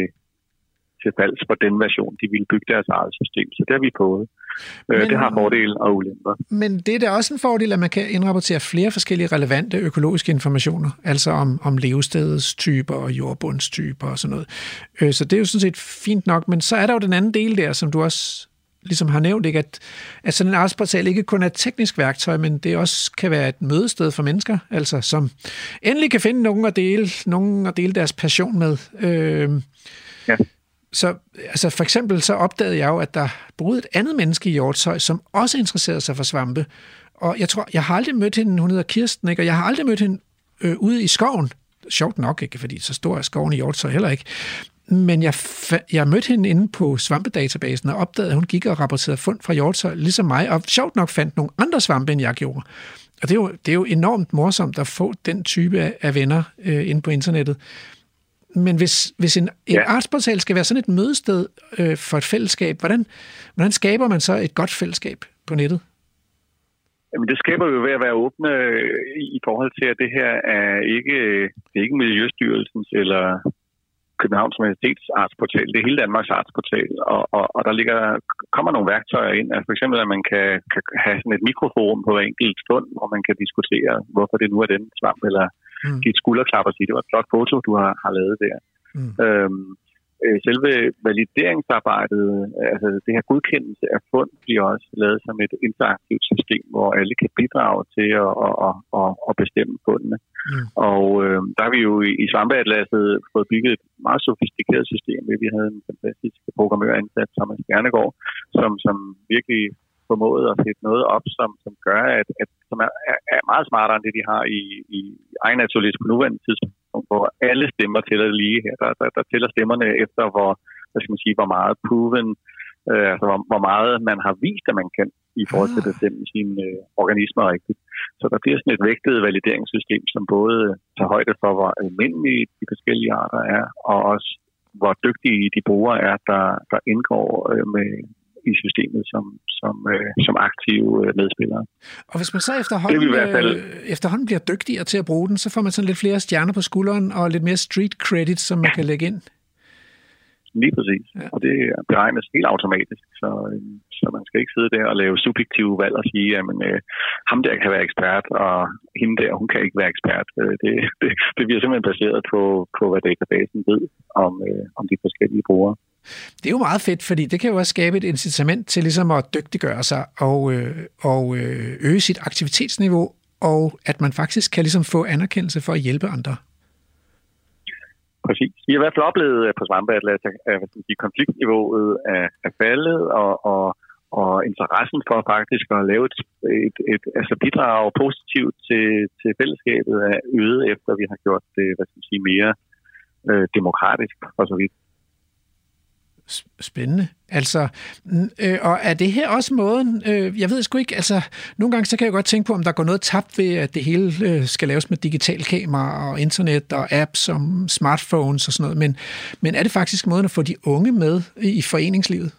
til falds for den version. De ville bygge deres eget system, så det har vi prøvet. Men, det har fordele og ulemper. Men det er da også en fordel, at man kan indrapportere flere forskellige relevante økologiske informationer, altså om, om levestedstyper og jordbundstyper og sådan noget. Så det er jo sådan set fint nok, men så er der jo den anden del der, som du også ligesom har nævnt, ikke? At, at sådan en artsportal ikke kun er et teknisk værktøj, men det også kan være et mødested for mennesker, altså som endelig kan finde nogen at dele, nogen at dele deres passion med. Øh, ja. Så altså for eksempel så opdagede jeg jo, at der boede et andet menneske i Hjortshøj, som også interesserede sig for svampe. Og jeg tror, jeg har aldrig mødt hende, hun hedder Kirsten, ikke? Og jeg har aldrig mødt hende øh, ude i skoven. Sjovt nok ikke, fordi så stor er skoven i Hjortshøj heller ikke. Men jeg, fa- jeg mødte hende inde på svampedatabasen og opdagede, at hun gik og rapporterede fund fra Hjortshøj, ligesom mig, og sjovt nok fandt nogle andre svampe, end jeg gjorde. Og det er jo, det er jo enormt morsomt at få den type af, af venner øh, inde på internettet. Men hvis, hvis en, en ja. artsportal skal være sådan et mødested øh, for et fællesskab, hvordan, hvordan skaber man så et godt fællesskab på nettet? Jamen, det skaber jo ved at være åbne i forhold til, at det her er ikke, det er ikke Miljøstyrelsens eller Københavns Universitets artsportal. Det er hele Danmarks artsportal, og, og, og der ligger, kommer nogle værktøjer ind. Altså for eksempel, at man kan, kan have sådan et mikroforum på hver enkelt stund, hvor man kan diskutere, hvorfor det nu er den svamp, eller mm. give et skulderklap og sige, det var et flot foto, du har, har lavet der. Mm. Øhm, Selve valideringsarbejdet, altså det her godkendelse af fund, bliver også lavet som et interaktivt system, hvor alle kan bidrage til at, at, at, at bestemme fundene. Mm. Og øh, der har vi jo i, i Svampeatlasset fået bygget et meget sofistikeret system. Vi havde en fantastisk programmør ansat, Thomas Bjernegaard, som, som virkelig formåede at sætte noget op, som, som gør, at, at som er, er meget smartere end det, de har i, i egen naturligvis på nuværende tidspunkt, hvor alle stemmer tæller lige her. Der, der, der tæller stemmerne efter, hvor, hvad skal man sige, hvor meget proven, øh, altså hvor, hvor meget man har vist, at man kan i forhold til at bestemme sine øh, organismer rigtigt. Så der bliver sådan et vægtet valideringssystem, som både tager højde for, hvor almindelige de forskellige arter er, og også hvor dygtige de brugere er, der, der indgår øh, med i systemet som, som, øh, som aktive øh, medspillere. Og hvis man så efterhånden, i hvert fald... øh, efterhånden bliver dygtigere til at bruge den, så får man sådan lidt flere stjerner på skulderen og lidt mere street credit, som man kan lægge ind. Lige præcis. Ja. Og det beregnes helt automatisk, så, øh, så man skal ikke sidde der og lave subjektive valg og sige, at øh, ham der kan være ekspert, og hende der, hun kan ikke være ekspert. Øh, det, det, det bliver simpelthen baseret på, på hvad databasen ved om, øh, om de forskellige brugere. Det er jo meget fedt, fordi det kan jo også skabe et incitament til ligesom at dygtiggøre sig og, øh, og øh, øge sit aktivitetsniveau, og at man faktisk kan ligesom få anerkendelse for at hjælpe andre. Præcis. Vi har i hvert fald oplevet på Svampeatlas, at konfliktniveauet er, er faldet, og, og, og interessen for faktisk at lave et, et, et altså bidrag positivt til, til fællesskabet er øget, efter vi har gjort det, hvad skal man sige, mere øh, demokratisk for så vidt. Spændende. Altså, øh, og er det her også måden, øh, jeg ved sgu ikke, altså, nogle gange så kan jeg godt tænke på, om der går noget tabt ved, at det hele øh, skal laves med digitalkamera og internet og apps og smartphones og sådan noget, men, men er det faktisk måden at få de unge med i foreningslivet?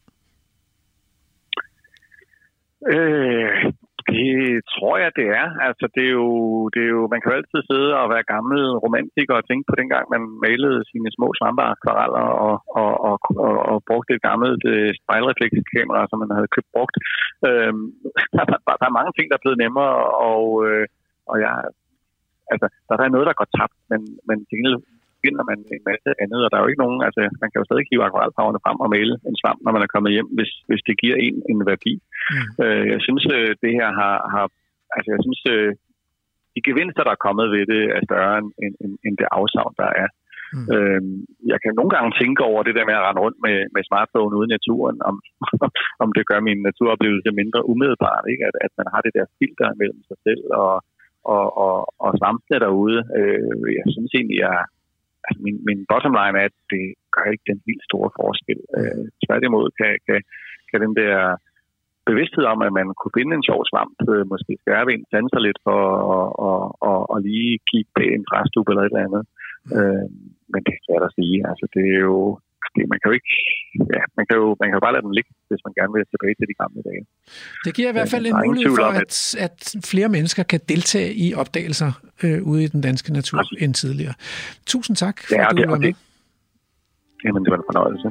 Øh, det tror jeg, det er. Altså, det er jo, det er jo, man kan jo altid sidde og være gammel romantiker og tænke på dengang, man malede sine små svampeakvareller og, og, og, og, og brugte et gammelt spejlreflekskamera, som man havde købt brugt. Øhm, der, der, der er mange ting, der er blevet nemmere, og, øh, og jeg, altså, der er noget, der går tabt, men, men til gengæld finder man en masse andet, og der er jo ikke nogen, altså man kan jo stadig hive akvarelfarverne frem og male en svamp, når man er kommet hjem, hvis, hvis det giver en en værdi. Mm. Øh, jeg synes, det her har, har altså jeg synes, de gevinster, der er kommet ved det, er større end, end, end det afsavn, der er. Mm. Øh, jeg kan nogle gange tænke over det der med at rende rundt med, med smartphone ude i naturen, om, om det gør min naturoplevelse mindre umiddelbart, ikke? At, at man har det der filter mellem sig selv og, og, og, og svampene derude. Øh, jeg synes egentlig, jeg Altså min, min bottom line er, at det gør ikke den helt store forskel. Øh, tværtimod kan, kan, kan den der bevidsthed om, at man kunne finde en sjov svamp, øh, måske skærpe en sanser lidt for at og, og, og lige kigge bag en græsstube eller et eller andet. Øh, men det er svært at sige. Altså det er jo, det, man kan jo ikke, ja, man kan jo, man kan jo bare lade den ligge, hvis man gerne vil tilbage til de gamle dage. Det giver i hvert fald en mulighed for, at, at flere mennesker kan deltage i opdagelser øh, ude i den danske natur Præcis. End tidligere. Tusind tak for, ja, at du det, var med. Det, jamen, det var en fornøjelse.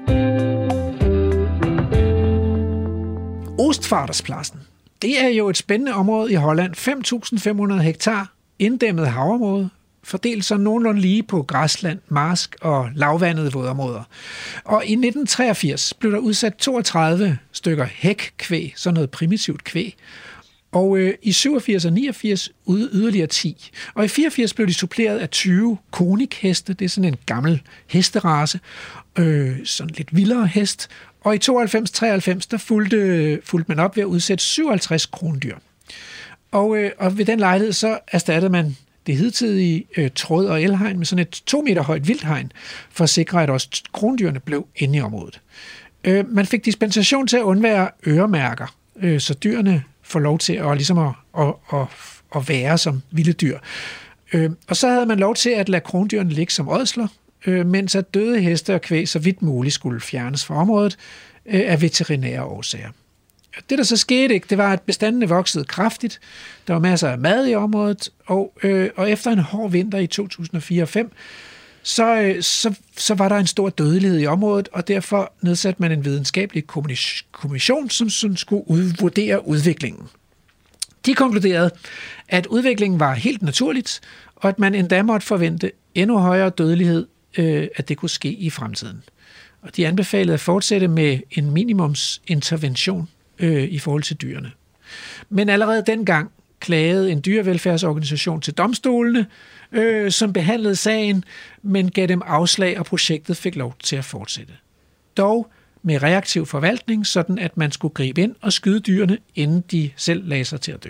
Oostvaarderspladsen. Det er jo et spændende område i Holland. fem tusind fem hundrede hektar inddæmmet havområde, fordelt så nogenlunde lige på græsland, marsk og lavvandede vådområder. Og i nitten treogfirs blev der udsat toogtredive stykker hækkvæg, sådan noget primitivt kvæg. Og øh, i syvogfirs og niogfirs yderligere ti. Og i fireogfirs blev de suppleret af tyve konikheste. Det er sådan en gammel hesterace. Øh, sådan lidt vildere hest. Og i tooghalvfems treoghalvfems der fulgte, fulgte man op ved at udsætte syvoghalvtreds krondyr. Og, øh, og ved den lejlighed, så erstattede man det hidtidige øh, tråd- og elhegn med sådan et to meter højt vildhegn, for at sikre, at også krondyrene blev inde i området. Øh, man fik dispensation til at undvære øremærker, øh, så dyrene får lov til at, ligesom at, at, at, at være som vilde dyr. Øh, og så havde man lov til at lade krondyrene ligge som ådsler, øh, mens at døde heste og kvæg så vidt muligt skulle fjernes fra området øh, af veterinære årsager. Det, der så skete, ikke, det var, at bestandene voksede kraftigt. Der var masser af mad i området, og, øh, og efter en hård vinter i to tusind og fire og fem, så, øh, så, så var der en stor dødelighed i området, og derfor nedsatte man en videnskabelig kommission, som, som skulle ud, vurdere udviklingen. De konkluderede, at udviklingen var helt naturligt, og at man endda måtte forvente endnu højere dødelighed, øh, at det kunne ske i fremtiden. Og de anbefalede at fortsætte med en minimumsintervention øh, i forhold til dyrene. Men allerede dengang klagede en dyrevelfærdsorganisation til domstolene, øh, som behandlede sagen, men gav dem afslag, og projektet fik lov til at fortsætte. Dog med reaktiv forvaltning, sådan at man skulle gribe ind og skyde dyrene, inden de selv lagde sig til at dø.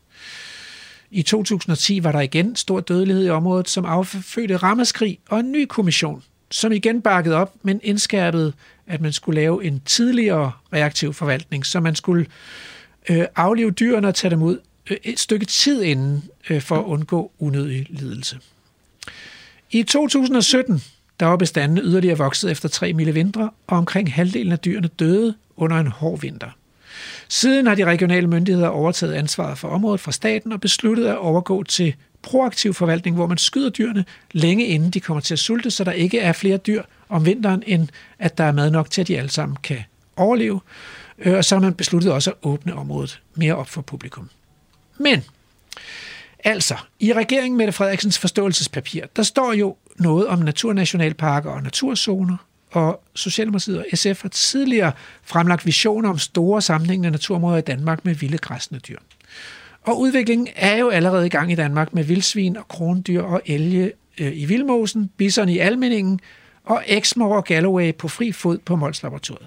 I to tusind og ti var der igen stor dødelighed i området, som affødte ramaskrig og en ny kommission, som igen bakkede op, men indskærpede, at man skulle lave en tidligere reaktiv forvaltning, så man skulle øh, aflive dyrene og tage dem ud øh, et stykke tid inden øh, for at undgå unødig lidelse. I to tusind og sytten der var bestandene yderligere vokset efter tre milde vintre, og omkring halvdelen af dyrene døde under en hård vinter. Siden har de regionale myndigheder overtaget ansvaret for området fra staten og besluttet at overgå til proaktiv forvaltning, hvor man skyder dyrene længe inden de kommer til at sulte, så der ikke er flere dyr om vinteren, end at der er mad nok til, at de alle sammen kan overleve. Og så har man besluttet også at åbne området mere op for publikum. Men, altså, i regeringen Mette Frederiksens forståelsespapir, der står jo noget om naturnationalparker og naturzoner, og Socialdemokratiet og S F har tidligere fremlagt visioner om store sammenhængende naturområder i Danmark med vilde græssende dyr. Og udviklingen er jo allerede i gang i Danmark med vildsvin og krondyr og elge øh, i Vildmosen, bison i Almindingen og Exmoor og Galloway på fri fod på Mols Laboratoriet.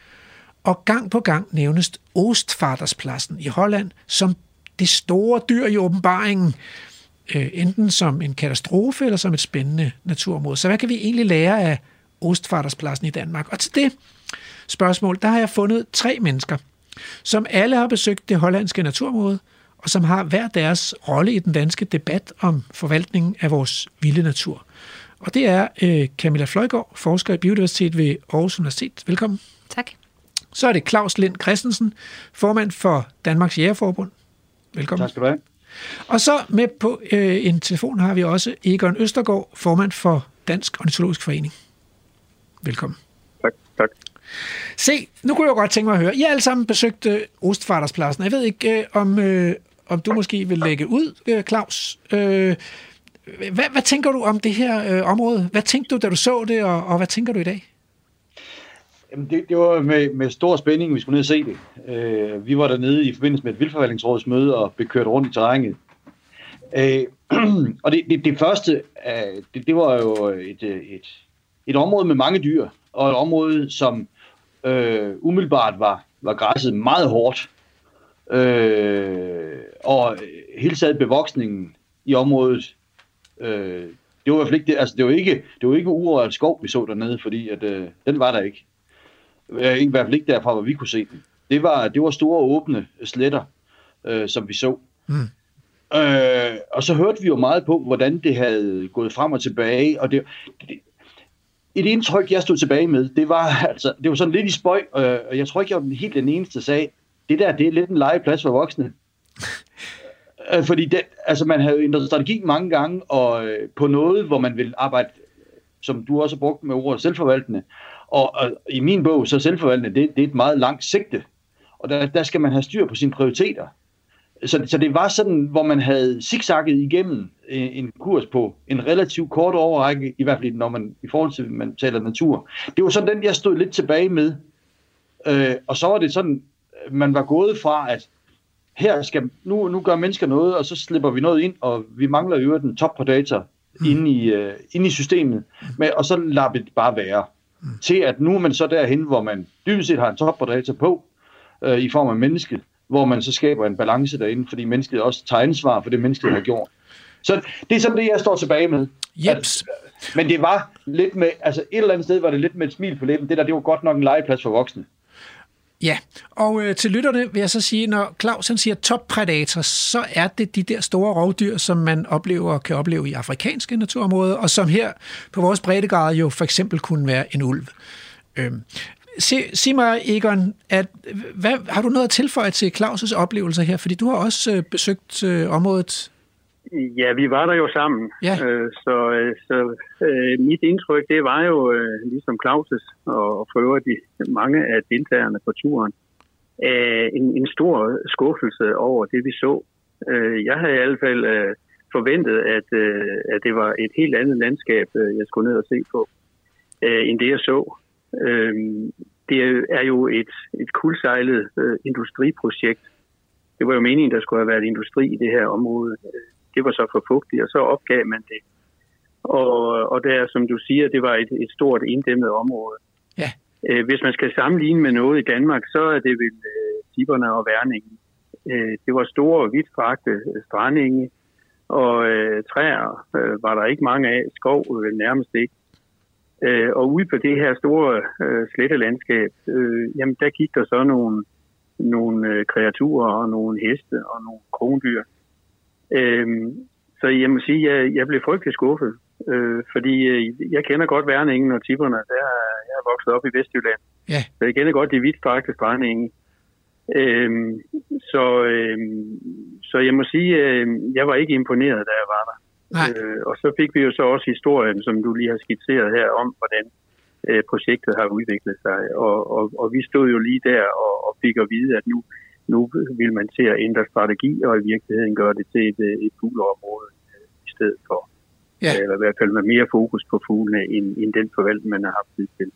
Og gang på gang nævnes Oostvaarderspladsen i Holland som det store dyr i åbenbaringen, øh, enten som en katastrofe eller som et spændende naturområde. Så hvad kan vi egentlig lære af Oostvaarderspladsen i Danmark? Og til det spørgsmål, der har jeg fundet tre mennesker, som alle har besøgt det hollandske naturområde, og som har hver deres rolle i den danske debat om forvaltningen af vores vilde natur. Og det er øh, Camilla Fløjgaard, forsker i biodiversitet ved Aarhus Universitet. Velkommen. Tak. Så er det Claus Lind Christensen, formand for Danmarks Jægerforbund. Velkommen. Tak skal du have. Og så med på øh, en telefon har vi også Egon Østergaard, formand for Dansk Ornitologisk Forening. Velkommen. Tak, tak. Se, nu kunne jeg godt tænke mig at høre. I har alle sammen besøgt øh, Oostvaarderspladsen. Jeg ved ikke, øh, om, øh, om du måske vil lægge ud, øh, Claus. Øh, hvad, hvad tænker du om det her øh, område? Hvad tænkte du, da du så det, og, og hvad tænker du i dag? Jamen det, det var med, med stor spænding, vi skulle ned og se det. Øh, vi var dernede i forbindelse med et vildforvaltningsrådsmøde og blev kørt rundt i terrænet. Øh, og det, det, det første, øh, det, det var jo et, et, et område med mange dyr, og et område, som øh, umiddelbart var, var græsset meget hårdt. Øh, og hele taget bevoksningen i området, øh, det var i hvert fald ikke det, altså det var ikke, det var ikke urørt skov, vi så dernede, fordi at, øh, den var der ikke. I hvert fald ikke derfra, hvor vi kunne se den. Det var, det var store åbne sletter, øh, som vi så. Mm. Øh, og så hørte vi jo meget på, hvordan det havde gået frem og tilbage. Og det, det, et indtryk, jeg stod tilbage med, det var, altså, det var sådan lidt i spøj, øh, og jeg tror ikke, jeg var helt den eneste, der sagde, det der, det er lidt en legeplads for voksne. øh, fordi det, altså, man havde jo ændret strategi mange gange, og øh, på noget, hvor man vil arbejde, som du også har brugt med ordet, selvforvaltende. Og, og i min bog, så selvforvaltende, det, det er et meget langt sigte. Og der, der skal man have styr på sine prioriteter. Så, så det var sådan, hvor man havde zigzagget igennem en, en kurs på en relativt kort overrække, i hvert fald når man i forhold til, man taler natur. Det var sådan den, jeg stod lidt tilbage med. Øh, og så var det sådan, man var gået fra, at her skal, nu, nu gør mennesker noget, og så slipper vi noget ind, og vi mangler jo den top predator mm. inde, i, uh, inde i systemet. Men, og så lader det bare være. Til at nu er man så derhen, hvor man dybest set har en toppredator på, øh, i form af mennesket, hvor man så skaber en balance derinde, fordi mennesket også tager ansvar for det, mennesket har gjort. Så det er sådan det, jeg står tilbage med. Jeps. At, men det var lidt med, altså et eller andet sted var det lidt med et smil på læben. Det der, det var godt nok en legeplads for voksne. Ja, og øh, til lytterne vil jeg så sige, når Claus han siger toppredator, så er det de der store rovdyr, som man oplever kan opleve i afrikanske naturområder, og som her på vores breddegrad jo for eksempel kunne være en ulv. Øhm. Sig, sig mig, Egon, at, hvad, har du noget at tilføje til Claus' oplevelser her? Fordi du har også øh, besøgt øh, området. Ja, vi var der jo sammen. Ja. Øh, så så øh, mit indtryk, det var jo øh, ligesom Claus' og for øvrigt de mange af deltagerne på turen, øh, en, en stor skuffelse over det, vi så. Øh, jeg havde i hvert fald øh, forventet, at, øh, at det var et helt andet landskab, øh, jeg skulle ned og se på, øh, end det jeg så. Øh, det er jo et, et kuldsejlet øh, industriprojekt. Det var jo meningen, der skulle have været industri i det her område. Det var så for fugtigt, og så opgav man det. Og, og der, som du siger, det var et, et stort inddæmmet område. Ja. Øh, hvis man skal sammenligne med noget i Danmark, så er det vel øh, Tipperne og Værningen. Øh, det var store, vidtstrakte strandenge, og øh, træer øh, var der ikke mange af. Skov vel nærmest ikke. Øh, og ude på det her store øh, slettelandskab, øh, jamen der gik der så nogle, nogle øh, kreaturer og nogle heste og nogle krondyr. Øh, så jeg må sige, at jeg, jeg blev frygtelig skuffet, øh, fordi øh, jeg kender godt Værningen og Tipperne. Der er, jeg er vokset op i Vestjylland, ja. Så jeg kender godt de vidtstrakte strandenge. Øh, så, øh, så jeg må sige, at øh, jeg var ikke imponeret, da jeg var der. Øh, og så fik vi jo så også historien, som du lige har skitseret her, om hvordan øh, projektet har udviklet sig. Og, og, og vi stod jo lige der og, og fik at vide, at nu, nu vil man til at ændre strategi, og i virkeligheden gøre det til et, et fugleområde øh, i stedet for. Ja. Øh, eller i hvert fald med mere fokus på fuglene, end, end den forvaltning, man har haft tid til.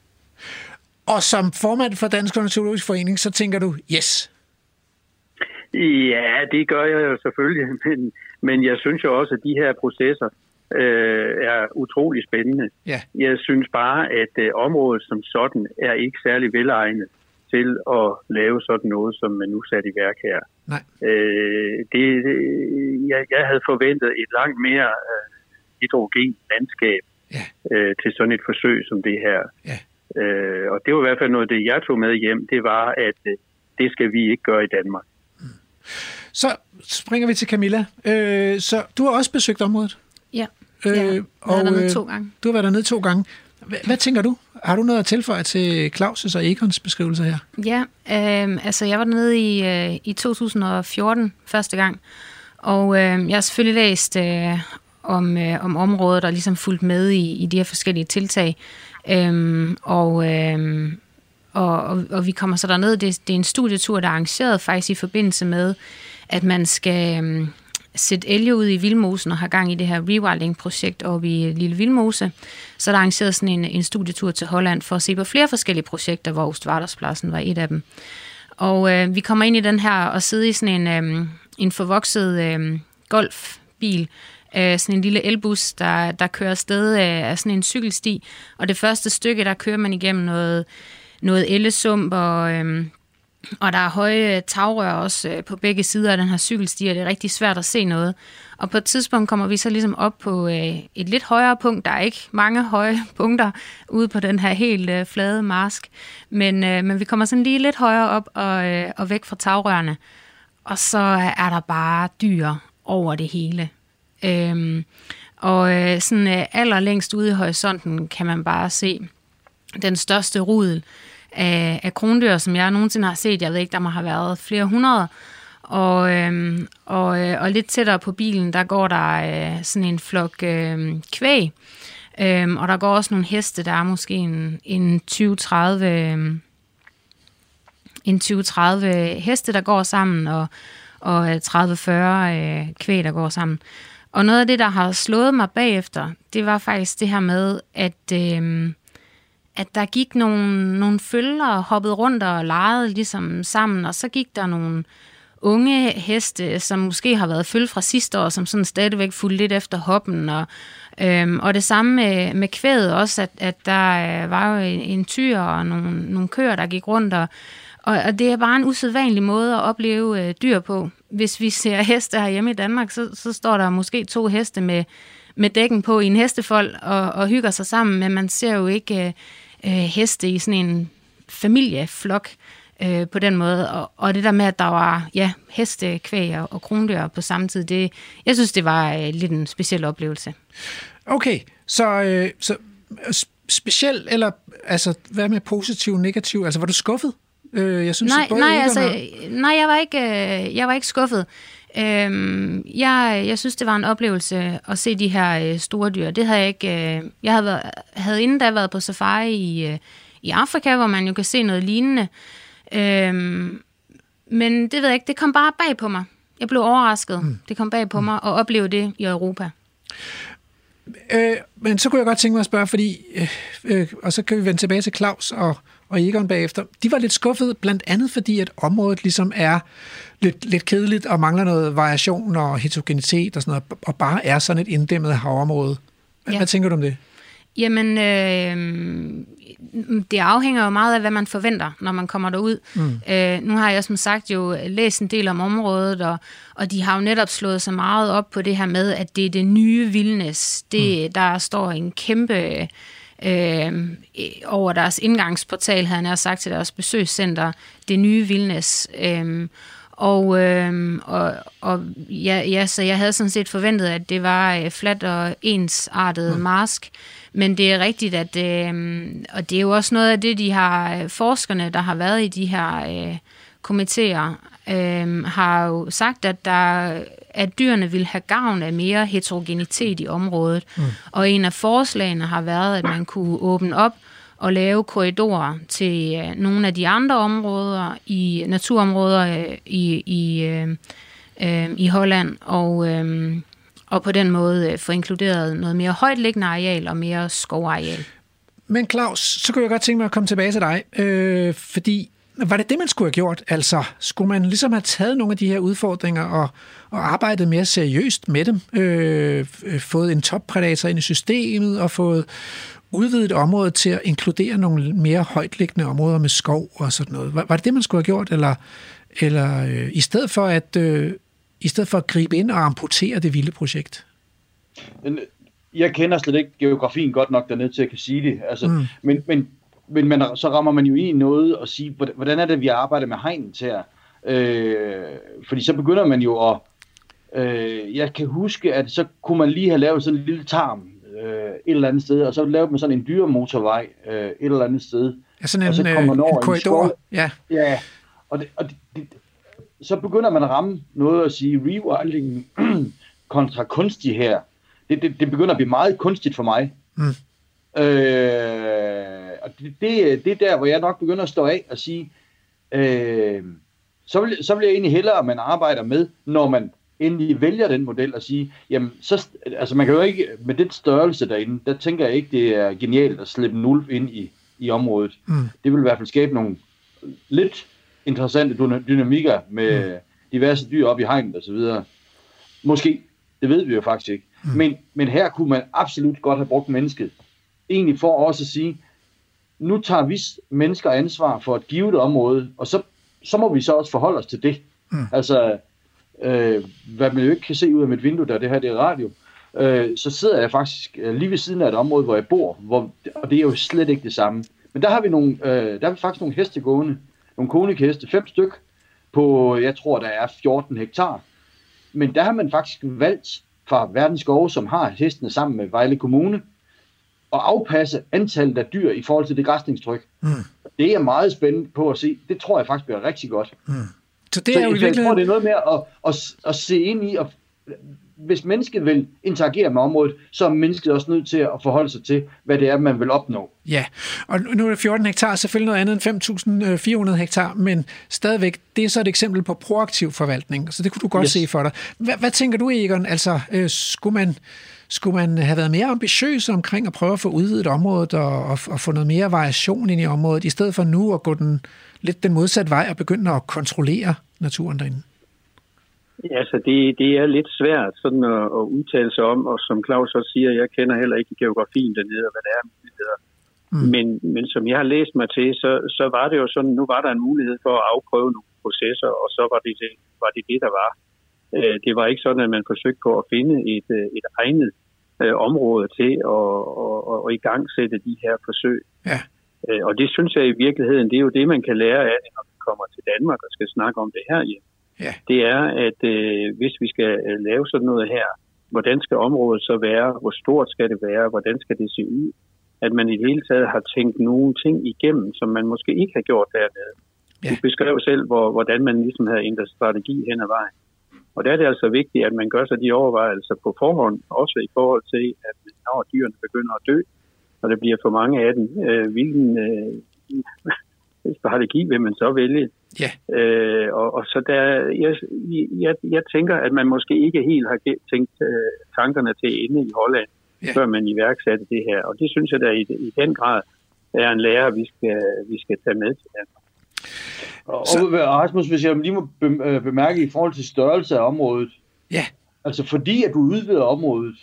Og som formand for Dansk Ornitologisk Forening, så tænker du, yes. Ja, det gør jeg jo selvfølgelig, men, men jeg synes jo også, at de her processer øh, er utrolig spændende. Ja. Jeg synes bare, at øh, området som sådan er ikke særlig velegnet til at lave sådan noget, som man nu sat i værk her. Nej. Øh, det, jeg, jeg havde forventet et langt mere øh, heterogent landskab ja. øh, til sådan et forsøg som det her. Ja. Øh, og det var i hvert fald noget, det jeg tog med hjem, det var, at øh, det skal vi ikke gøre i Danmark. Så springer vi til Camilla. Øh, så du har også besøgt området? Ja, øh, jeg har været dernede to gange. Du har været dernede to gange. Hvad, hvad tænker du? Har du noget at tilføje til Claus' og Egons beskrivelser her? Ja, øh, altså jeg var dernede i, øh, i to tusind og fjorten første gang, og øh, jeg har selvfølgelig læst øh, om, øh, om området og ligesom fulgt med i, i de her forskellige tiltag. Øh, og... Øh, Og, og, og vi kommer så derned. Det, det er en studietur, der er arrangeret faktisk i forbindelse med, at man skal um, sætte elge ud i Vildmosen og have gang i det her rewilding-projekt oppe i Lille Vildmose. Så der er arrangeret sådan en, en studietur til Holland for at se på flere forskellige projekter, hvor Ostvarderspladsen var et af dem. Og øh, vi kommer ind i den her og sidder i sådan en, øh, en forvokset øh, golfbil, øh, sådan en lille elbus, der, der kører afsted af, af sådan en cykelsti. Og det første stykke, der kører man igennem noget noget ellesump, og, øhm, og der er høje tagrør også øh, på begge sider af den her cykelsti, og det er rigtig svært at se noget. Og på et tidspunkt kommer vi så ligesom op på øh, et lidt højere punkt. Der er ikke mange høje punkter ude på den her helt øh, flade marsk, men, øh, men vi kommer sådan lige lidt højere op og, øh, og væk fra tagrørene. Og så er der bare dyr over det hele. Øhm, og øh, sådan øh, allerlængst ude i horisonten kan man bare se den største rudel af, af krondyr, som jeg nogensinde har set. Jeg ved ikke, der må have været flere hundrede. Og, øhm, og, øh, og lidt tættere på bilen, der går der øh, sådan en flok øh, kvæg. Øhm, og der går også nogle heste, der er måske en, en tyve til tredive heste, der går sammen, og, og tredive til fyrre øh, kvæg, der går sammen. Og noget af det, der har slået mig bagefter, det var faktisk det her med, at... Øh, at der gik nogle, nogle følger og hoppede rundt og legede ligesom sammen, og så gik der nogle unge heste, som måske har været følge fra sidste år, som sådan stadigvæk fulgte lidt efter hoppen, og, øhm, og det samme med, med kvæget også, at, at der var jo en, en tyr og nogle, nogle køer, der gik rundt, og, Og, og det er bare en usædvanlig måde at opleve øh, dyr på. Hvis vi ser heste herhjemme i Danmark, så, så står der måske to heste med, med dækken på i en hestefold og, og hygger sig sammen, men man ser jo ikke øh, heste i sådan en familieflok øh, på den måde. Og, og det der med, at der var ja, heste, kvæg og krondyr på samme tid, det, jeg synes, det var øh, lidt en speciel oplevelse. Okay, så, øh, så speciel, eller altså, hvad med positiv, negativ? Altså, var du skuffet? Øh, jeg synes, nej, både nej, altså, og... nej, jeg var ikke, øh, jeg var ikke skuffet. Øhm, jeg, jeg synes, det var en oplevelse at se de her øh, store dyr. Det havde jeg ikke. Øh, jeg havde, været, havde inden da været på safari i, øh, i Afrika, hvor man jo kan se noget lignende. Øhm, men det ved jeg ikke. Det kom bare bag på mig. Jeg blev overrasket. Mm. Det kom bag på mm. mig at opleve det i Europa. Øh, men så kunne jeg godt tænke mig at spørge, fordi, øh, øh, og så kan vi vende tilbage til Claus og, og Egon bagefter. De var lidt skuffede, blandt andet fordi, at området ligesom er lidt, lidt kedeligt og mangler noget variation og heterogenitet og sådan noget, og bare er sådan et inddæmmet havområde. Hvad, ja. hvad tænker du om det? Jamen, øh, det afhænger jo meget af, hvad man forventer, når man kommer derud. Mm. Øh, nu har jeg som sagt jo læst en del om området, og, og de har jo netop slået så meget op på det her med, at det er det nye vildnis. Det, mm. Der står en kæmpe øh, over deres indgangsportal, havde jeg sagt til deres besøgscenter, det nye vildnis. Øh, Og, øh, og, og ja, ja, så jeg havde sådan set forventet, at det var øh, fladt og ensartet mm. marsk. Men det er rigtigt, at øh, og det er jo også noget af det, de har forskerne, der har været i de her øh, komitéer, øh, har jo sagt, at, der, at dyrene vil have gavn af mere heterogenitet i området. Mm. Og en af forslagene har været, at man kunne åbne op og lave korridorer til øh, nogle af de andre områder, i naturområder øh, i, i, øh, øh, i Holland, og, øh, og på den måde øh, få inkluderet noget mere højtliggende areal og mere skovareal. Men Claus, så kunne jeg godt tænke mig at komme tilbage til dig, øh, fordi var det det, man skulle have gjort? Altså, skulle man ligesom have taget nogle af de her udfordringer og, og arbejdet mere seriøst med dem, øh, fået en topprædator ind i systemet og fået udvidet området til at inkludere nogle mere højtliggende områder med skov og sådan noget. Var, var det det, man skulle have gjort, eller, eller øh, i stedet for at øh, i stedet for at gribe ind og amputere det vilde projekt? Jeg kender slet ikke geografien godt nok dernede til at kan sige det. Altså, mm. Men, men, men man, så rammer man jo i noget og sige, hvordan er det, vi arbejder med hegnet her? Øh, fordi så begynder man jo at... Øh, jeg kan huske, at så kunne man lige have lavet sådan en lille tarm et eller andet sted, og så lavede man sådan en dyremotorvej øh, et eller andet sted. Ja, sådan en, og så kommer man over en korridor. Ja. Ja, og, det, og det, det, så begynder man at ramme noget at sige rewilding kontra kunstig her. Det, det, det begynder at blive meget kunstigt for mig. Mm. Øh, og det, det, det er der, hvor jeg nok begynder at stå af og sige, øh, så, vil, så vil jeg egentlig hellere, at man arbejder med, når man endelig vælger den model og sige, jamen, så, altså man kan jo ikke, med den størrelse derinde, der tænker jeg ikke, det er genialt at slippe en ulv ind i, i området. Mm. Det vil i hvert fald skabe nogle lidt interessante dynamikker med mm. diverse dyr op i hegnet og så videre. Måske, det ved vi jo faktisk ikke. Mm. Men, men her kunne man absolut godt have brugt mennesket. Egentlig for også at sige, nu tager vi mennesker ansvar for et givet område, og så, så må vi så også forholde os til det. Mm. Altså, Øh, hvad man jo ikke kan se ud af mit vindue, der det her det er radio, øh, så sidder jeg faktisk øh, lige ved siden af et område, hvor jeg bor, hvor, og det er jo slet ikke det samme. Men der har vi nogle, øh, der har vi faktisk nogle heste gående, nogle konikeheste, fem styk på, jeg tror der er fjorten hektar. Men der har man faktisk valgt fra Verdens Skove, som har hestene sammen med Vejle Kommune, at afpasse antallet af dyr i forhold til det græsningstryk. Mm. Det er meget spændende på at se. Det tror jeg faktisk bliver rigtig godt. Mm. Så det er så jo jeg, jeg tror, det er noget med at, at, at se ind i, og hvis mennesket vil interagere med området, så er mennesket også nødt til at forholde sig til, hvad det er, man vil opnå. Ja, og nu er det fjorten hektar, selvfølgelig noget andet end fem tusind fire hundrede hektar, men stadigvæk, det er så et eksempel på proaktiv forvaltning, så det kunne du godt yes. se for dig. Hvad, hvad tænker du, Egon? Altså, øh, skulle man... Skulle man have været mere ambitiøs omkring at prøve at få udvidet området og, og, og få noget mere variation ind i området, i stedet for nu at gå den, lidt den modsatte vej og begynde at kontrollere naturen derinde? Ja, altså det, det er lidt svært sådan at, at udtale sig om, og som Claus også siger, jeg kender heller ikke geografien dernede, og hvad det er muligheder. Mm. Men, men som jeg har læst mig til, så, så var det jo sådan, nu var der en mulighed for at afprøve nogle processer, og så var det det, var det, det der var. Det var ikke sådan, at man forsøgte på at finde et, et egnet øh, område til at, at, at igangsætte de her forsøg. Ja. Og det synes jeg i virkeligheden, det er jo det, man kan lære af det, når vi kommer til Danmark og skal snakke om det her hjemme. Ja. Det er, at øh, hvis vi skal lave sådan noget her, hvordan skal området så være, hvor stort skal det være, hvordan skal det se ud, at man i det hele taget har tænkt nogle ting igennem, som man måske ikke har gjort dernede. Ja. Du beskrev selv, hvor, hvordan man ligesom havde ændret strategi hen ad vejen. Og der er det altså vigtigt, at man gør sig de overvejelser på forhånd, også i forhold til, at når dyrene begynder at dø, og der bliver for mange af dem, øh, hvilken øh, strategi vil man så vælge? Ja. Øh, og, og så der, jeg, jeg, jeg tænker, at man måske ikke helt har tænkt øh, tankerne til ende i Holland, ja. Før man iværksatte det her. Og det synes jeg, der i, i den grad er en lærer, vi skal, vi skal tage med til Danmark. Og Rasmus, hvis jeg lige må bemærke i forhold til størrelse af området. Ja. Altså fordi at du udvider området,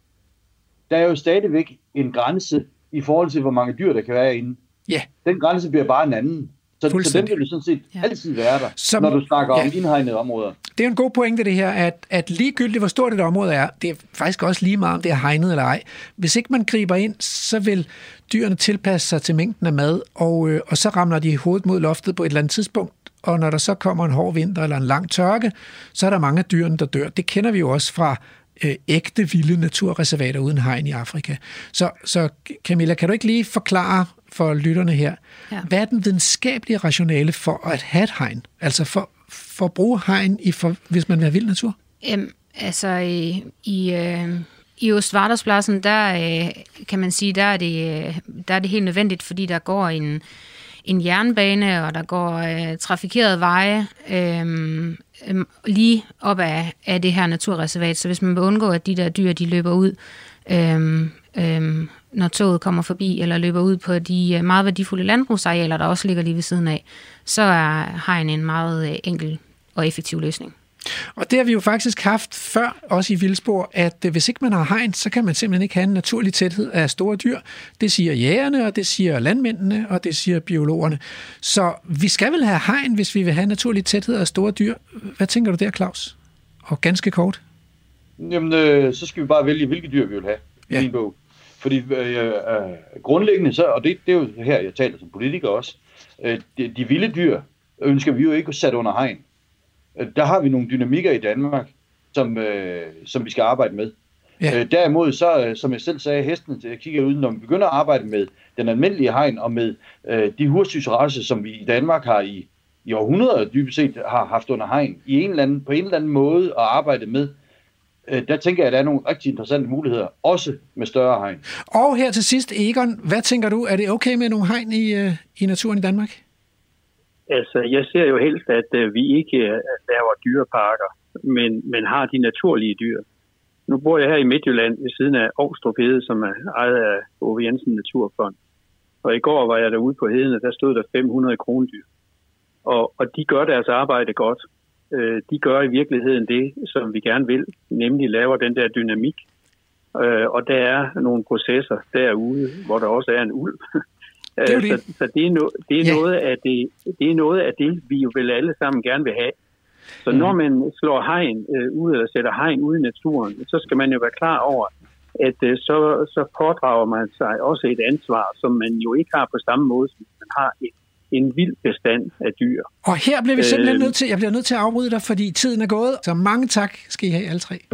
der er jo stadigvæk en grænse i forhold til, hvor mange dyr der kan være inde. Ja. Den grænse bliver bare en anden. Så, så den vil du sådan set ja. altid være der, Som, når du snakker ja. om indhegnede områder. Det er en god pointe det her, at, at ligegyldigt hvor stort et område er, det er faktisk også lige meget om det er hegnet eller ej. Hvis ikke man griber ind, så vil dyrene tilpasse sig til mængden af mad, og, øh, og så ramler de hovedet mod loftet på et eller andet tidspunkt, og når der så kommer en hård vinter eller en lang tørke, så er der mange af dyrene, der dør. Det kender vi jo også fra øh, ægte vilde naturreservater uden hegn i Afrika. Så, så Camilla, kan du ikke lige forklare for lytterne her, ja. hvad er den videnskabelige rationale for at have et hegn? Altså for, for at bruge hegn, i for, hvis man vil have vild natur? Øhm, altså i, i, øh, i Ostvarderspladsen, der øh, kan man sige, der er, det, der er det helt nødvendigt, fordi der går en, en jernbane, og der går øh, trafikerede veje øh, øh, lige op af, af det her naturreservat. Så hvis man vil undgå, at de der dyr, de løber ud, øh, øh, når toget kommer forbi, eller løber ud på de meget værdifulde landbrugsarealer, der også ligger lige ved siden af, så er hegn en meget enkel og effektiv løsning. Og det har vi jo faktisk haft før, også i vildspor, at hvis ikke man har hegn, så kan man simpelthen ikke have en naturlig tæthed af store dyr. Det siger jægerne, og det siger landmændene, og det siger biologerne. Så vi skal vel have hegn, hvis vi vil have naturlig tæthed af store dyr. Hvad tænker du der, Claus? Og ganske kort. Jamen, øh, så skal vi bare vælge, hvilke dyr vi vil have i ja. min bog. Fordi øh, øh, grundlæggende, så, og det, det er jo her, jeg taler som politiker også, øh, de, de vilde dyr ønsker vi jo ikke at sætte under hegn. Øh, der har vi nogle dynamikker i Danmark, som, øh, som vi skal arbejde med. Ja. Øh, derimod, så, øh, som jeg selv sagde, hestene kigger ud, når vi begynder at arbejde med den almindelige hegn, og med øh, de husdysracer, som vi i Danmark har i, i århundreder dybest set har haft under hegn, i en eller anden, på en eller anden måde at arbejde med. Der tænker jeg, at der er nogle rigtig interessante muligheder, også med større hegn. Og her til sidst, Egon, hvad tænker du? Er det okay med nogle hegn i, uh, i naturen i Danmark? Altså, jeg ser jo helst, at uh, vi ikke uh, laver dyreparker, men, men har de naturlige dyr. Nu bor jeg her i Midtjylland ved siden af Ovstrup Hede, som er ejet af Ove Jensen Naturfond. Og i går var jeg derude på heden, og der stod der fem hundrede krondyr. Og, og de gør deres arbejde godt. De gør i virkeligheden det, som vi gerne vil, nemlig laver den der dynamik. Og der er nogle processer derude, hvor der også er en ulv. Det er det. Så, så det er, no, det, er ja. noget af det, det er noget af det, vi jo vel alle sammen gerne vil have. Så mm. når man slår hegn øh, ud, eller sætter hegn ud i naturen, så skal man jo være klar over, at øh, så, så pådrager man sig også et ansvar, som man jo ikke har på samme måde, som man har et en vild bestand af dyr. Og her bliver vi simpelthen nødt til, jeg bliver nødt til at afbryde dig, fordi tiden er gået. Så mange tak skal I have alle tre.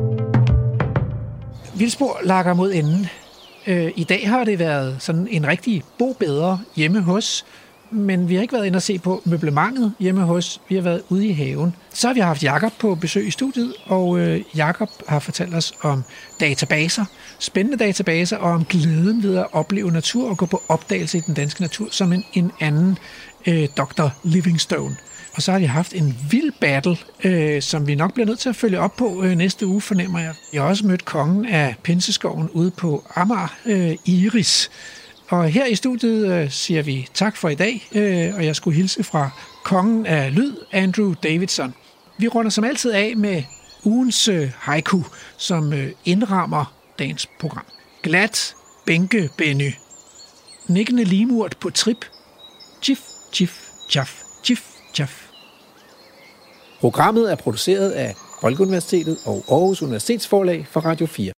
Vildspor lakker mod enden. Øh, I dag har det været sådan en rigtig bo bedre hjemme hos, men vi har ikke været inde og se på møblementet hjemme hos. Vi har været ude i haven. Så har vi haft Jakob på besøg i studiet, og øh, Jakob har fortalt os om databaser, spændende databaser, og om glæden ved at opleve natur og gå på opdagelse i den danske natur som en, en anden øh, doktor Livingstone. Og så har vi haft en vild battle, øh, som vi nok bliver nødt til at følge op på øh, næste uge, fornemmer jeg. Jeg har også mødt kongen af Pinseskoven ude på Amager, øh, Iris. Og her i studiet øh, siger vi tak for i dag, øh, og jeg skulle hilse fra kongen af lyd, Andrew Davidson. Vi runder som altid af med ugens øh, haiku, som øh, indrammer dagens program. Glat bænke Benny. nikkende limurt på trip. Tjif, tjif, tjaf, tjif, tjaf. Programmet er produceret af Folkeuniversitetet og Aarhus Universitetsforlag for Radio fire.